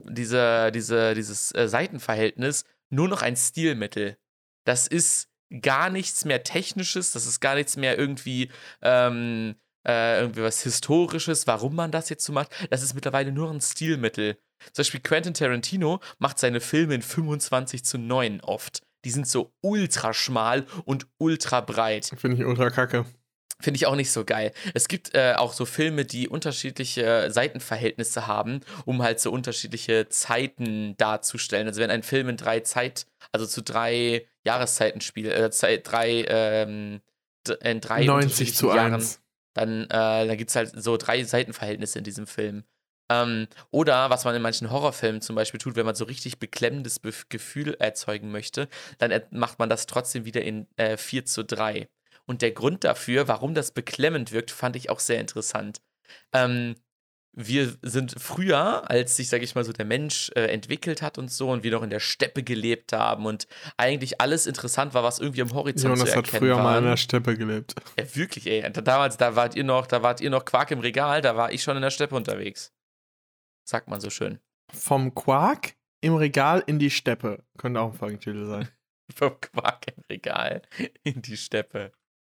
Seitenverhältnis nur noch ein Stilmittel. Das ist gar nichts mehr Technisches, das ist gar nichts mehr irgendwie was Historisches, warum man das jetzt so macht. Das ist mittlerweile nur ein Stilmittel. Zum Beispiel Quentin Tarantino macht seine Filme in 25:9 oft. Die sind so ultra schmal und ultra breit. Finde ich ultra kacke. Finde ich auch nicht so geil. Es gibt auch so Filme, die unterschiedliche Seitenverhältnisse haben, um halt so unterschiedliche Zeiten darzustellen. Also wenn ein Film in zu 3 Jahreszeiten spielt, in 3 90:1. Dann gibt es halt so 3 Seitenverhältnisse in diesem Film. Oder was man in manchen Horrorfilmen zum Beispiel tut, wenn man so richtig beklemmendes Gefühl erzeugen möchte, dann macht man das trotzdem wieder in 4:3. Und der Grund dafür, warum das beklemmend wirkt, fand ich auch sehr interessant. Wir sind früher, als sich, sag ich mal, so der Mensch entwickelt hat und so und wir noch in der Steppe gelebt haben und eigentlich alles interessant war, was irgendwie am Horizont Jonas zu erkennen war. hat früher mal in der Steppe gelebt. Ja, wirklich, ey. Damals, da wart ihr noch Quark im Regal, da war ich schon in der Steppe unterwegs. Sagt man so schön. Vom Quark im Regal in die Steppe. Könnte auch ein Folgentitel sein. Vom Quark im Regal in die Steppe.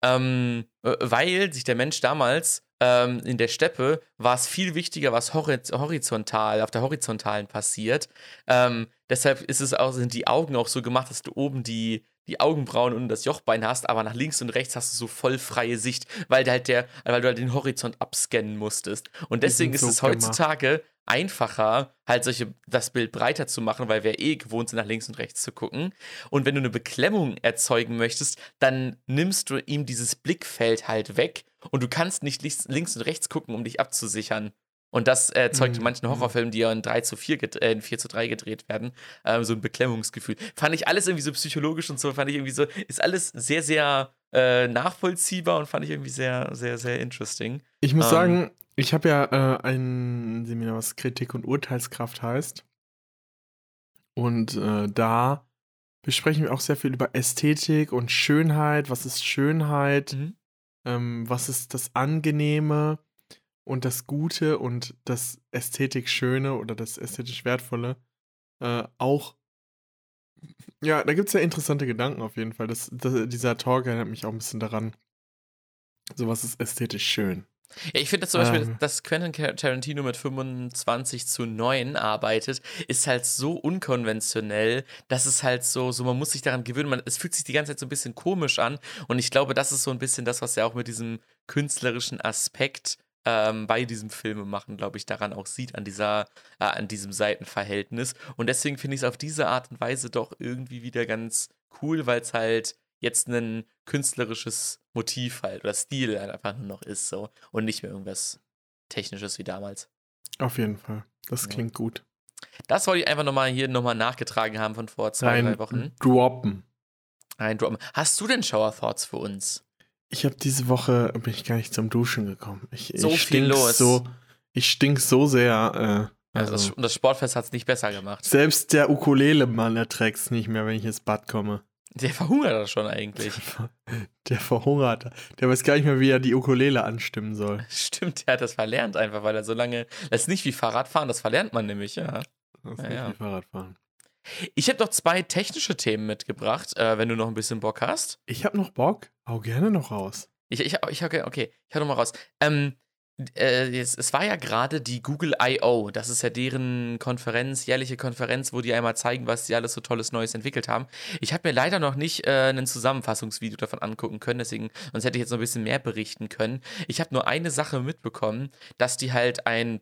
Weil sich der Mensch damals in der Steppe war es viel wichtiger, was auf der Horizontalen passiert. Deshalb sind die Augen auch so gemacht, dass du oben die Augenbrauen und das Jochbein hast, aber nach links und rechts hast du so voll freie Sicht, weil du halt den Horizont abscannen musstest. Und deswegen ist es heutzutage einfacher, halt das Bild breiter zu machen, weil wir gewohnt sind, nach links und rechts zu gucken. Und wenn du eine Beklemmung erzeugen möchtest, dann nimmst du ihm dieses Blickfeld halt weg und du kannst nicht links und rechts gucken, um dich abzusichern. Und das erzeugt in manchen Horrorfilmen, die ja in 4:3 gedreht werden, so ein Beklemmungsgefühl. Fand ich alles irgendwie so psychologisch und so, ist alles sehr, sehr nachvollziehbar und fand ich irgendwie sehr, sehr, sehr interesting. Ich muss sagen, ich habe ja ein Seminar, was Kritik und Urteilskraft heißt. Und da besprechen wir auch sehr viel über Ästhetik und Schönheit. Was ist Schönheit? Was ist das Angenehme und das Gute und das ästhetisch Schöne oder das ästhetisch Wertvolle? Auch, ja, da gibt es ja interessante Gedanken auf jeden Fall. Dieser Talk erinnert mich auch ein bisschen daran. So, was ist ästhetisch schön? Ja, ich finde zum Beispiel, dass Quentin Tarantino mit 25:9 arbeitet, ist halt so unkonventionell, dass es halt so man muss sich daran gewöhnen, es fühlt sich die ganze Zeit so ein bisschen komisch an und ich glaube, das ist so ein bisschen das, was er auch mit diesem künstlerischen Aspekt bei diesem Filmemachen, glaube ich, daran auch sieht, an diesem Seitenverhältnis und deswegen finde ich es auf diese Art und Weise doch irgendwie wieder ganz cool, weil es halt jetzt ein künstlerisches Motiv halt oder Stil halt einfach nur noch ist so und nicht mehr irgendwas Technisches wie damals. Auf jeden Fall. Das klingt gut. Das wollte ich einfach nochmal nachgetragen haben von vor 2-3 Wochen. Droppen. Hast du denn Shower Thoughts für uns? Ich habe diese Woche, bin ich gar nicht zum Duschen gekommen. Ich stink so sehr. Das Sportfest hat es nicht besser gemacht. Selbst der Ukulele-Mann erträgt es nicht mehr, wenn ich ins Bad komme. Der verhungert das schon eigentlich. Der verhungert. Der weiß gar nicht mehr, wie er die Ukulele anstimmen soll. Stimmt, der hat das verlernt einfach, weil er so lange. Das ist nicht wie Fahrradfahren, das verlernt man nämlich, ja. Das ist nicht wie Fahrradfahren. Ich habe noch 2 technische Themen mitgebracht, wenn du noch ein bisschen Bock hast. Ich habe noch Bock. Hau gerne noch raus. Ich hau noch mal raus. Es war ja gerade die Google I.O., das ist ja deren jährliche Konferenz, wo die einmal zeigen, was sie alles so Tolles Neues entwickelt haben. Ich habe mir leider noch nicht ein Zusammenfassungsvideo davon angucken können, sonst hätte ich jetzt noch ein bisschen mehr berichten können. Ich habe nur eine Sache mitbekommen, dass die halt ein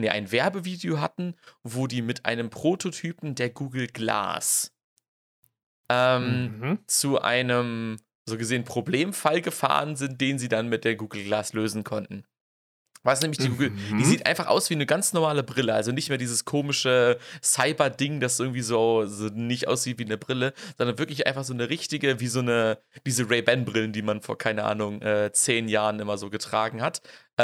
Werbevideo hatten, wo die mit einem Prototypen der Google Glass zu einem, so gesehen, Problemfall gefahren sind, den sie dann mit der Google Glass lösen konnten. Was nämlich die sieht einfach aus wie eine ganz normale Brille, also nicht mehr dieses komische Cyber-Ding, das irgendwie so nicht aussieht wie eine Brille, sondern wirklich einfach so eine richtige, wie diese Ray-Ban-Brillen, die man vor, keine Ahnung, 10 Jahren immer so getragen hat.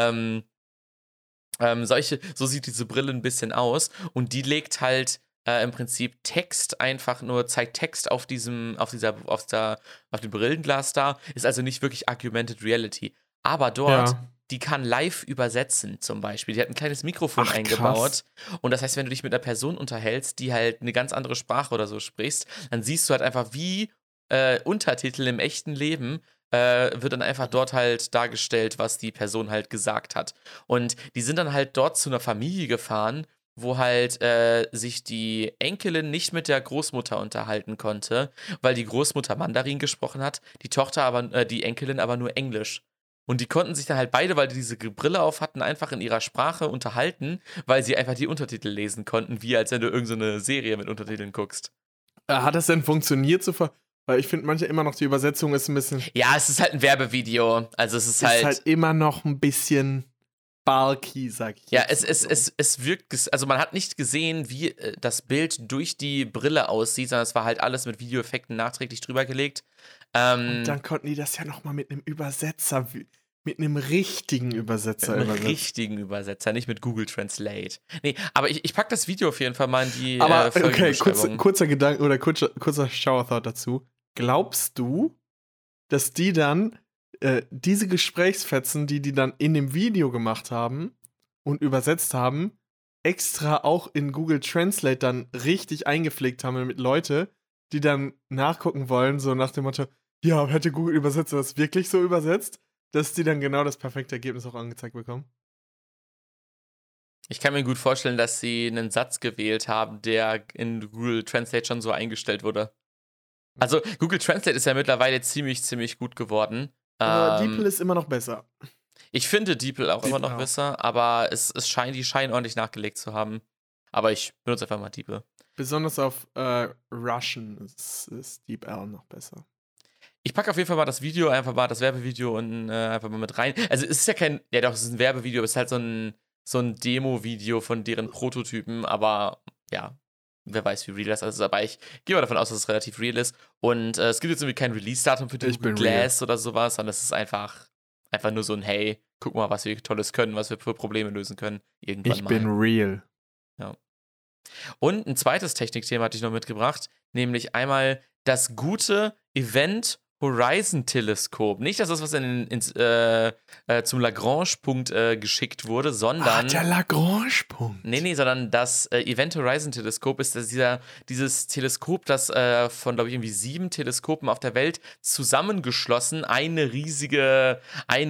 So sieht diese Brille ein bisschen aus und die legt halt im Prinzip zeigt Text auf dem Brillenglas dar, ist also nicht wirklich Augmented Reality. Aber dort, die kann live übersetzen zum Beispiel. Die hat ein kleines Mikrofon eingebaut. Und das heißt, wenn du dich mit einer Person unterhältst, die halt eine ganz andere Sprache oder so sprichst, dann siehst du halt einfach, wie Untertitel im echten Leben wird dann einfach dort halt dargestellt, was die Person halt gesagt hat. Und die sind dann halt dort zu einer Familie gefahren, wo halt sich die Enkelin nicht mit der Großmutter unterhalten konnte, weil die Großmutter Mandarin gesprochen hat, die Enkelin aber nur Englisch. Und die konnten sich dann halt beide, weil die diese Brille auf hatten, einfach in ihrer Sprache unterhalten, weil sie einfach die Untertitel lesen konnten, wie als wenn du irgendeine Serie mit Untertiteln guckst. Hat das denn funktioniert? Weil ich finde manchmal immer noch, die Übersetzung ist ein bisschen... Ja, es ist halt ein Werbevideo. Also es ist halt immer noch ein bisschen bulky, sag ich. Ja, es wirkt, also man hat nicht gesehen, wie das Bild durch die Brille aussieht, sondern es war halt alles mit Videoeffekten nachträglich drüber gelegt. Und dann konnten die das ja nochmal mit einem Übersetzer, mit einem richtigen Übersetzer übersetzen. Mit einem richtigen Übersetzer, nicht mit Google Translate. Nee, aber ich pack das Video auf jeden Fall mal in die Aber okay, kurzer Gedanke oder kurzer Shower-Thought dazu. Glaubst du, dass die dann diese Gesprächsfetzen, die dann in dem Video gemacht haben und übersetzt haben, extra auch in Google Translate dann richtig eingepflegt haben, damit Leute, die dann nachgucken wollen, so nach dem Motto, ja, hätte Google Übersetzer das wirklich so übersetzt, dass die dann genau das perfekte Ergebnis auch angezeigt bekommen? Ich kann mir gut vorstellen, dass sie einen Satz gewählt haben, der in Google Translate schon so eingestellt wurde. Also Google Translate ist ja mittlerweile ziemlich, ziemlich gut geworden. Aber DeepL ist immer noch besser. Ich finde DeepL auch immer noch besser, aber die scheinen ordentlich nachgelegt zu haben. Aber ich benutze einfach mal DeepL. Besonders auf Russian ist DeepL noch besser. Ich packe auf jeden Fall mal das Werbevideo und einfach mal mit rein. Also es ist ja es ist ein Werbevideo, aber es ist halt so ein Demo-Video von deren Prototypen, aber ja, wer weiß, wie real das ist. Aber ich gehe mal davon aus, dass es relativ real ist. Und es gibt jetzt irgendwie kein Release-Datum für die Google Glass oder sowas, sondern es ist einfach nur so ein, hey, guck mal, was wir Tolles können, was wir für Probleme lösen können. Irgendwann mal. Ich bin real. Ja. Und ein zweites Technikthema hatte ich noch mitgebracht, nämlich einmal das gute Event Horizon Teleskop. Nicht, dass das was zum Lagrange-Punkt geschickt wurde, sondern... der Lagrange-Punkt. Nee, sondern das Event Horizon Teleskop ist dieses Teleskop, das von, glaube ich, irgendwie 7 Teleskopen auf der Welt zusammengeschlossen ein riesiges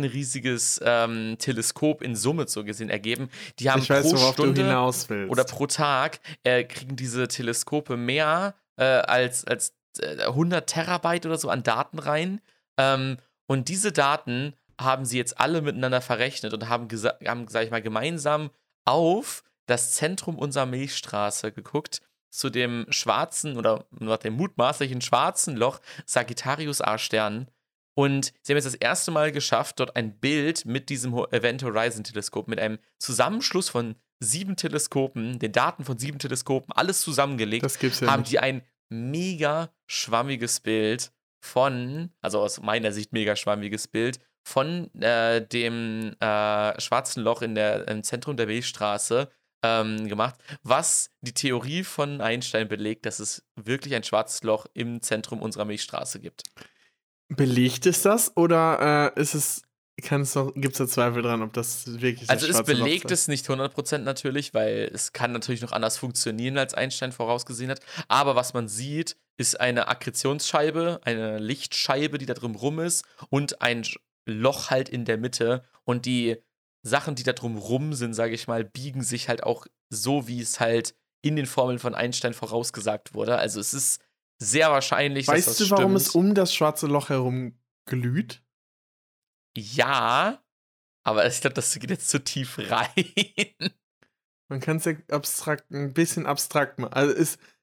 Teleskop in Summe so gesehen ergeben. Die haben pro Stunde oder pro Tag kriegen diese Teleskope mehr als 100 Terabyte oder so an Daten rein. Und diese Daten haben sie jetzt alle miteinander verrechnet und haben sag ich mal, gemeinsam auf das Zentrum unserer Milchstraße geguckt, zu dem schwarzen oder nach dem mutmaßlichen schwarzen Loch Sagittarius A-Stern. Und sie haben jetzt das erste Mal geschafft, dort ein Bild mit diesem Event Horizon Teleskop, mit einem Zusammenschluss von 7 Teleskopen, den Daten von 7 Teleskopen, alles zusammengelegt, haben die ein mega schwammiges Bild also aus meiner Sicht mega schwammiges Bild von dem schwarzen Loch im Zentrum der Milchstraße gemacht, was die Theorie von Einstein belegt, dass es wirklich ein schwarzes Loch im Zentrum unserer Milchstraße gibt. Belegt ist das oder gibt es da Zweifel dran, ob das wirklich Also es belegt es nicht 100% natürlich, weil es kann natürlich noch anders funktionieren, als Einstein vorausgesehen hat. Aber was man sieht, ist eine Akkretionsscheibe, eine Lichtscheibe, die da drum rum ist und ein Loch halt in der Mitte. Und die Sachen, die da drum rum sind, sage ich mal, biegen sich halt auch so, wie es halt in den Formeln von Einstein vorausgesagt wurde. Also es ist sehr wahrscheinlich, dass das stimmt. Weißt du, warum es um das schwarze Loch herum glüht? Ja, aber ich glaube, das geht jetzt zu tief rein. Man kann es ja ein bisschen abstrakt machen. Also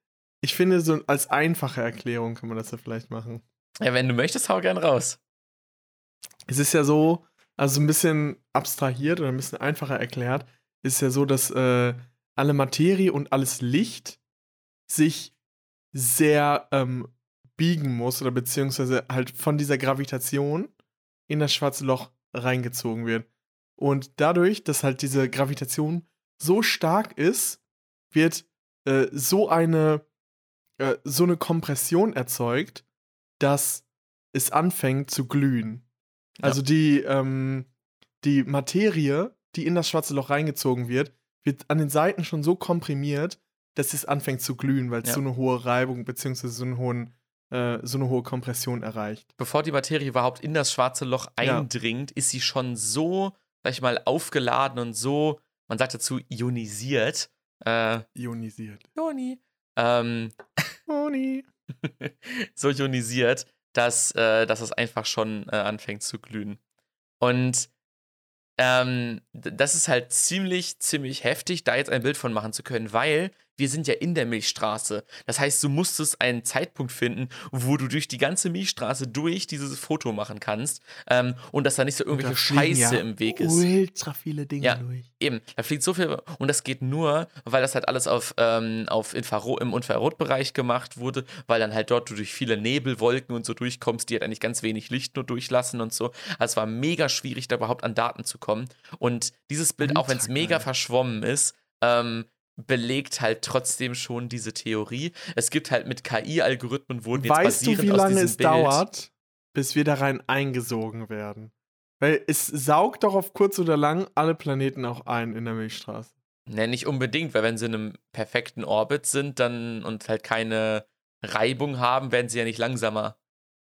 Ich finde, so als einfache Erklärung kann man das ja vielleicht machen. Ja, wenn du möchtest, hau gern raus. Es ist ja so, also ein bisschen abstrahiert oder ein bisschen einfacher erklärt, ist ja so, dass alle Materie und alles Licht sich sehr biegen muss oder beziehungsweise halt von dieser Gravitation in das schwarze Loch reingezogen wird. Und dadurch, dass halt diese Gravitation so stark ist, wird so eine Kompression erzeugt, dass es anfängt zu glühen. Ja. Also die Materie, die in das schwarze Loch reingezogen wird an den Seiten schon so komprimiert, dass es anfängt zu glühen, weil es so eine hohe Reibung bzw. so eine hohe Kompression erreicht. Bevor die Materie überhaupt in das schwarze Loch eindringt, ist sie schon so, sag ich mal, aufgeladen und so, man sagt dazu, ionisiert. Ionisiert. Ioni. Ioni. So ionisiert, dass es einfach schon anfängt zu glühen. Und das ist halt ziemlich, ziemlich heftig, da jetzt ein Bild von machen zu können, weil wir sind ja in der Milchstraße. Das heißt, du musstest einen Zeitpunkt finden, wo du durch die ganze Milchstraße durch dieses Foto machen kannst und dass da nicht so irgendwelche Scheiße im Weg ist. Ultra viele Dinge durch. Eben, da fliegt so viel und das geht nur, weil das halt alles im Infrarotbereich gemacht wurde, weil dann halt dort du durch viele Nebelwolken und so durchkommst, die halt eigentlich ganz wenig Licht nur durchlassen und so. Also es war mega schwierig, da überhaupt an Daten zu kommen. Und dieses Bild, auch wenn es mega verschwommen ist, belegt halt trotzdem schon diese Theorie. Es gibt halt mit KI-Algorithmen wurden jetzt basierend aus diesem Bild... Weißt du, wie lange es dauert, bis wir da rein eingesogen werden? Weil es saugt doch auf kurz oder lang alle Planeten auch ein in der Milchstraße. Ne, nicht unbedingt, weil wenn sie in einem perfekten Orbit sind dann und halt keine Reibung haben, werden sie ja nicht langsamer.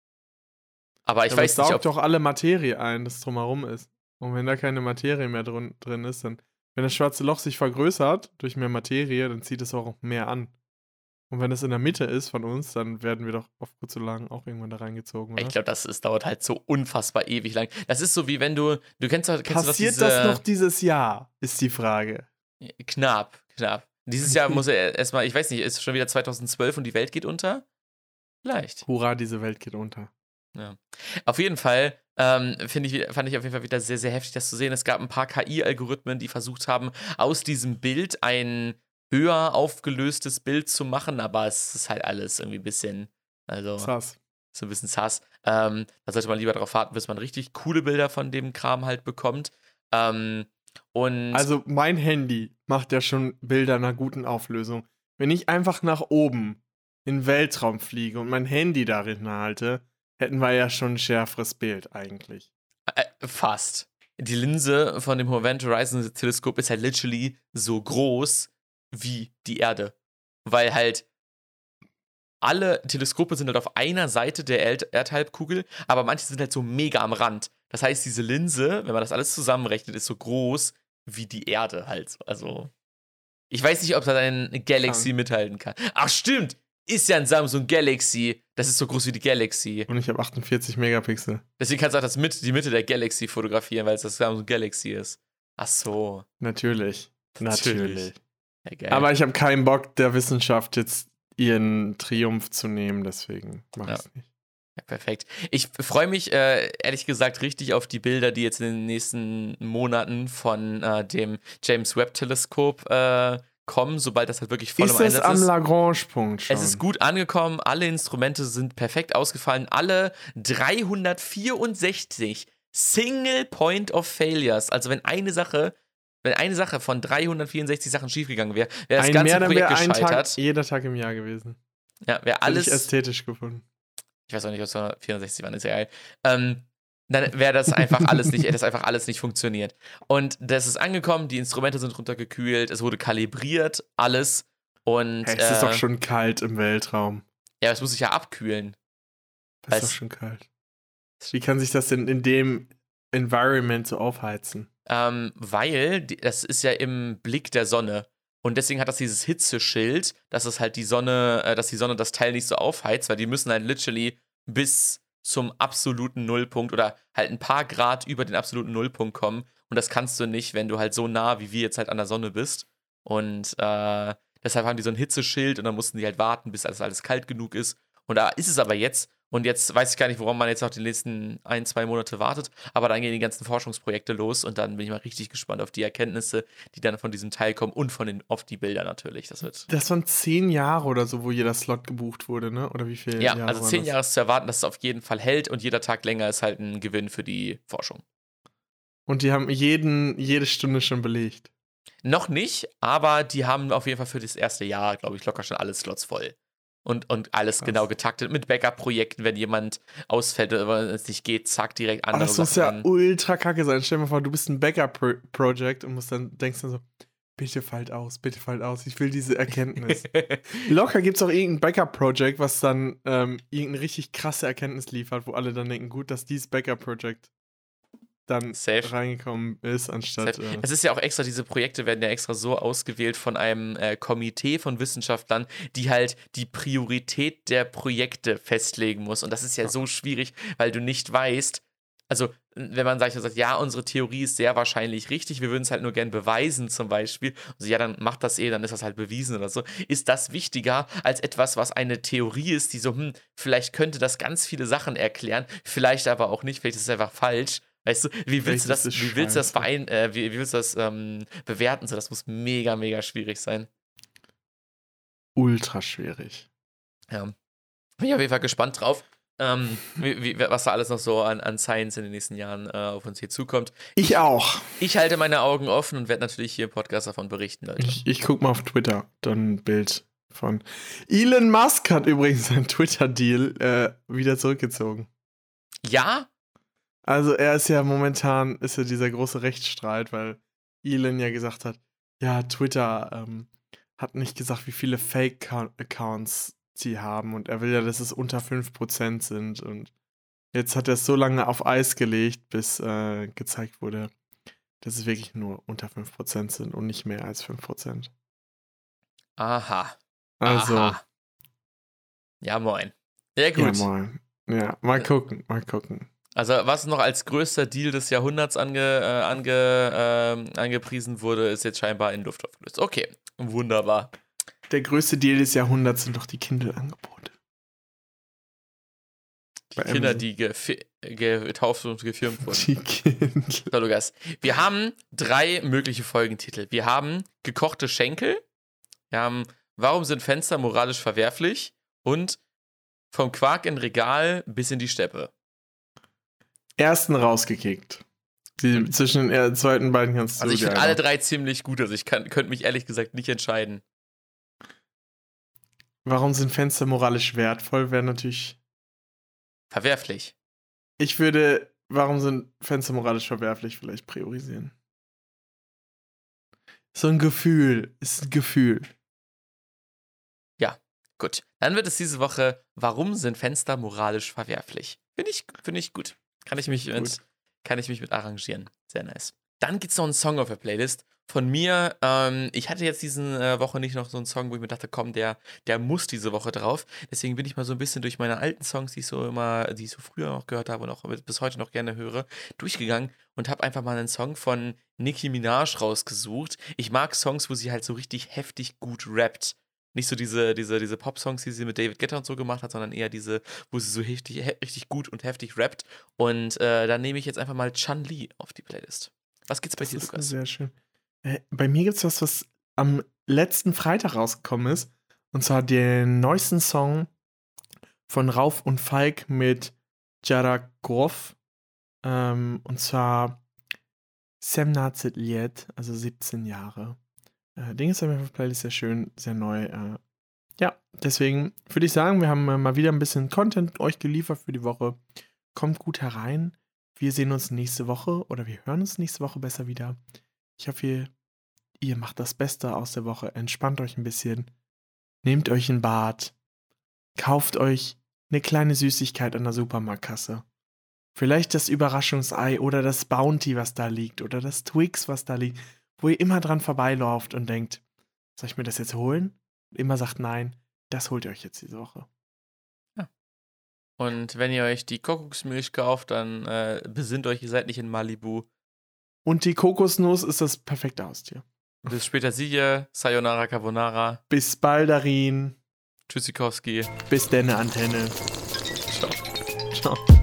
Aber ich weiß nicht, es saugt doch alle Materie ein, das drumherum ist. Und wenn da keine Materie mehr drin ist, dann... Wenn das schwarze Loch sich vergrößert durch mehr Materie, dann zieht es auch mehr an. Und wenn es in der Mitte ist von uns, dann werden wir doch auf kurz oder lang auch irgendwann da reingezogen, oder? Ich glaube, dauert halt so unfassbar ewig lang. Das ist so wie wenn du kennst Passiert das noch dieses Jahr, ist die Frage. Knapp. Dieses Jahr muss er erstmal, ich weiß nicht, ist schon wieder 2012 und die Welt geht unter? Vielleicht. Hurra, diese Welt geht unter. Ja. Auf jeden Fall fand ich auf jeden Fall wieder sehr, sehr heftig, das zu sehen. Es gab ein paar KI-Algorithmen, die versucht haben, aus diesem Bild ein höher aufgelöstes Bild zu machen, aber es ist halt alles irgendwie ein bisschen, sass. So ein bisschen sass. Da sollte man lieber darauf warten, bis man richtig coole Bilder von dem Kram halt bekommt. Also mein Handy macht ja schon Bilder einer guten Auflösung. Wenn ich einfach nach oben in den Weltraum fliege und mein Handy darin halte, hätten wir ja schon ein schärferes Bild eigentlich. Fast. Die Linse von dem Event Horizon Teleskop ist halt literally so groß wie die Erde. Weil halt alle Teleskope sind halt auf einer Seite der Erdhalbkugel, aber manche sind halt so mega am Rand. Das heißt, diese Linse, wenn man das alles zusammenrechnet, ist so groß wie die Erde halt. Also, ich weiß nicht, ob da ein Galaxy mithalten kann. Ach, stimmt! Ist ja ein Samsung Galaxy. Das ist so groß wie die Galaxy. Und ich habe 48 Megapixel. Deswegen kannst du auch die Mitte der Galaxy fotografieren, weil es das Samsung Galaxy ist. Ach so. Natürlich. Ja, geil. Aber ich habe keinen Bock, der Wissenschaft jetzt ihren Triumph zu nehmen, deswegen mache ich es nicht. Ja, perfekt. Ich freue mich, ehrlich gesagt, richtig auf die Bilder, die jetzt in den nächsten Monaten von dem James Webb Teleskop kommen, sobald das halt wirklich voll im Einsatz ist. Ist es am Lagrange-Punkt schon? Es ist gut angekommen, alle Instrumente sind perfekt ausgefallen, alle 364 Single Point of Failures, also wenn eine Sache von 364 Sachen schiefgegangen wäre, wäre das ganze Projekt gescheitert. Jeder Tag im Jahr gewesen. Ja, wäre alles... Hätte ich ästhetisch gefunden. Ich weiß auch nicht, ob es 264 waren, ist ja geil. Dann wäre das einfach alles nicht, hätte das einfach alles nicht funktioniert. Und das ist angekommen, die Instrumente sind runtergekühlt, es wurde kalibriert, alles. Und es ist doch schon kalt im Weltraum. Ja, es muss sich ja abkühlen. Das ist doch schon kalt. Wie kann sich das denn in dem Environment so aufheizen? Weil das ist ja im Blick der Sonne. Und deswegen hat das dieses Hitzeschild, dass es halt dass die Sonne das Teil nicht so aufheizt, weil die müssen halt literally bis zum absoluten Nullpunkt oder halt ein paar Grad über den absoluten Nullpunkt kommen. Und das kannst du nicht, wenn du halt so nah wie wir jetzt halt an der Sonne bist. Und Deshalb haben die so ein Hitzeschild und dann mussten die halt warten, bis alles kalt genug ist. Und da ist es aber jetzt. Und jetzt weiß ich gar nicht, woran man jetzt noch die nächsten 1-2 Monate wartet. Aber dann gehen die ganzen Forschungsprojekte los und dann bin ich mal richtig gespannt auf die Erkenntnisse, die dann von diesem Teil kommen und auf die Bilder natürlich. Das waren 10 Jahre oder so, wo jeder Slot gebucht wurde, ne? Oder wie viel? Ja, also 10 Jahre ist zu erwarten, dass es auf jeden Fall hält und jeder Tag länger ist halt ein Gewinn für die Forschung. Und die haben jede Stunde schon belegt? Noch nicht, aber die haben auf jeden Fall für das erste Jahr, glaube ich, locker schon alle Slots voll. Und alles genau getaktet mit Backup-Projekten, wenn jemand ausfällt oder es nicht geht, zack, direkt andere Sachen. Das muss ja ultra kacke sein. Stell dir mal vor, du bist ein Backup-Project und denkst dann so, bitte fallt aus, ich will diese Erkenntnis. Locker gibt's auch irgendein Backup-Project, was dann irgendeine richtig krasse Erkenntnis liefert, wo alle dann denken, gut, dass dieses Backup-Project dann reingekommen ist, anstatt. Es ist ja auch extra, diese Projekte werden ja extra so ausgewählt von einem Komitee von Wissenschaftlern, die halt die Priorität der Projekte festlegen muss. Und das ist ja so schwierig, weil du nicht weißt, also wenn man sagt, ja, unsere Theorie ist sehr wahrscheinlich richtig, wir würden es halt nur gern beweisen zum Beispiel, also ja, dann macht das dann ist das halt bewiesen oder so, ist das wichtiger als etwas, was eine Theorie ist, die so, vielleicht könnte das ganz viele Sachen erklären, vielleicht aber auch nicht, vielleicht ist es einfach falsch. Weißt du, wie willst du das bewerten? So, das muss mega, mega schwierig sein. Ultra schwierig. Ja. Bin ich auf jeden Fall gespannt drauf, was da alles noch so an Science in den nächsten Jahren auf uns hier zukommt. Ich auch. Ich halte meine Augen offen und werde natürlich hier im Podcast davon berichten, Leute. Ich guck mal auf Twitter, dann ein Bild von. Elon Musk hat übrigens seinen Twitter-Deal wieder zurückgezogen. Ja? Also er ist ja momentan, dieser große Rechtsstreit, weil Elon ja gesagt hat, ja, Twitter hat nicht gesagt, wie viele Fake-Accounts sie haben und er will ja, dass es unter 5% sind und jetzt hat er es so lange auf Eis gelegt, bis gezeigt wurde, dass es wirklich nur unter 5% sind und nicht mehr als 5%. Aha. Also. Aha. Ja, moin. Ja, gut. Ja, moin. Ja, mal gucken. Also, was noch als größter Deal des Jahrhunderts angepriesen wurde, ist jetzt scheinbar in Luft aufgelöst. Okay, wunderbar. Der größte Deal des Jahrhunderts sind doch die Kindle-Angebote. Die Kinder, die getauft und gefirmt wurden. Die Kindle. So, Lukas. Wir haben 3 mögliche Folgentitel. Wir haben gekochte Schenkel. Wir haben Warum sind Fenster moralisch verwerflich? Und vom Quark in Regal bis in die Steppe. Ersten rausgekickt. Zwischen den zweiten beiden kannst du. Also ich finde alle 3 ziemlich gut. Also ich könnte mich ehrlich gesagt nicht entscheiden. Warum sind Fenster moralisch wertvoll? Wäre natürlich verwerflich. Ich würde Warum sind Fenster moralisch verwerflich vielleicht priorisieren. So ein Gefühl. Ist ein Gefühl. Ja, gut. Dann wird es diese Woche Warum sind Fenster moralisch verwerflich? Finde ich gut. Kann ich mich mit arrangieren. Sehr nice. Dann gibt's noch einen Song auf der Playlist von mir. Ich hatte jetzt diese Woche nicht noch so einen Song, wo ich mir dachte, komm, der muss diese Woche drauf. Deswegen bin ich mal so ein bisschen durch meine alten Songs, die ich so früher noch gehört habe und auch bis heute noch gerne höre, durchgegangen und habe einfach mal einen Song von Nicki Minaj rausgesucht. Ich mag Songs, wo sie halt so richtig heftig gut rappt. Nicht so diese Pop-Songs, die sie mit David Guetta und so gemacht hat, sondern eher diese, wo sie so richtig gut und heftig rappt. Und dann nehme ich jetzt einfach mal Chun-Li auf die Playlist. Was gibt's bei dir, Lukas? Sehr schön. Bei mir gibt's was am letzten Freitag rausgekommen ist. Und zwar den neuesten Song von Rauf und Falk mit Jara Groff. Und zwar Semnazit Liet, also 17 Jahre. Ding ist auf Playlist sehr schön, sehr neu. Ja, deswegen würde ich sagen, wir haben mal wieder ein bisschen Content euch geliefert für die Woche. Kommt gut herein. Wir sehen uns nächste Woche oder wir hören uns nächste Woche besser wieder. Ich hoffe, ihr macht das Beste aus der Woche. Entspannt euch ein bisschen. Nehmt euch ein Bad. Kauft euch eine kleine Süßigkeit an der Supermarktkasse. Vielleicht das Überraschungsei oder das Bounty, was da liegt. Oder das Twix, was da liegt. Wo ihr immer dran vorbeilauft und denkt, soll ich mir das jetzt holen? Und immer sagt nein, das holt ihr euch jetzt diese Woche. Ja. Und wenn ihr euch die Kokosmilch kauft, dann besinnt euch, ihr seid nicht in Malibu. Und die Kokosnuss ist das perfekte Haustier. Bis später, Siehe. Sayonara Carbonara. Bis baldarin. Tschüssikowski. Bis denne Antenne. Ciao. Ciao.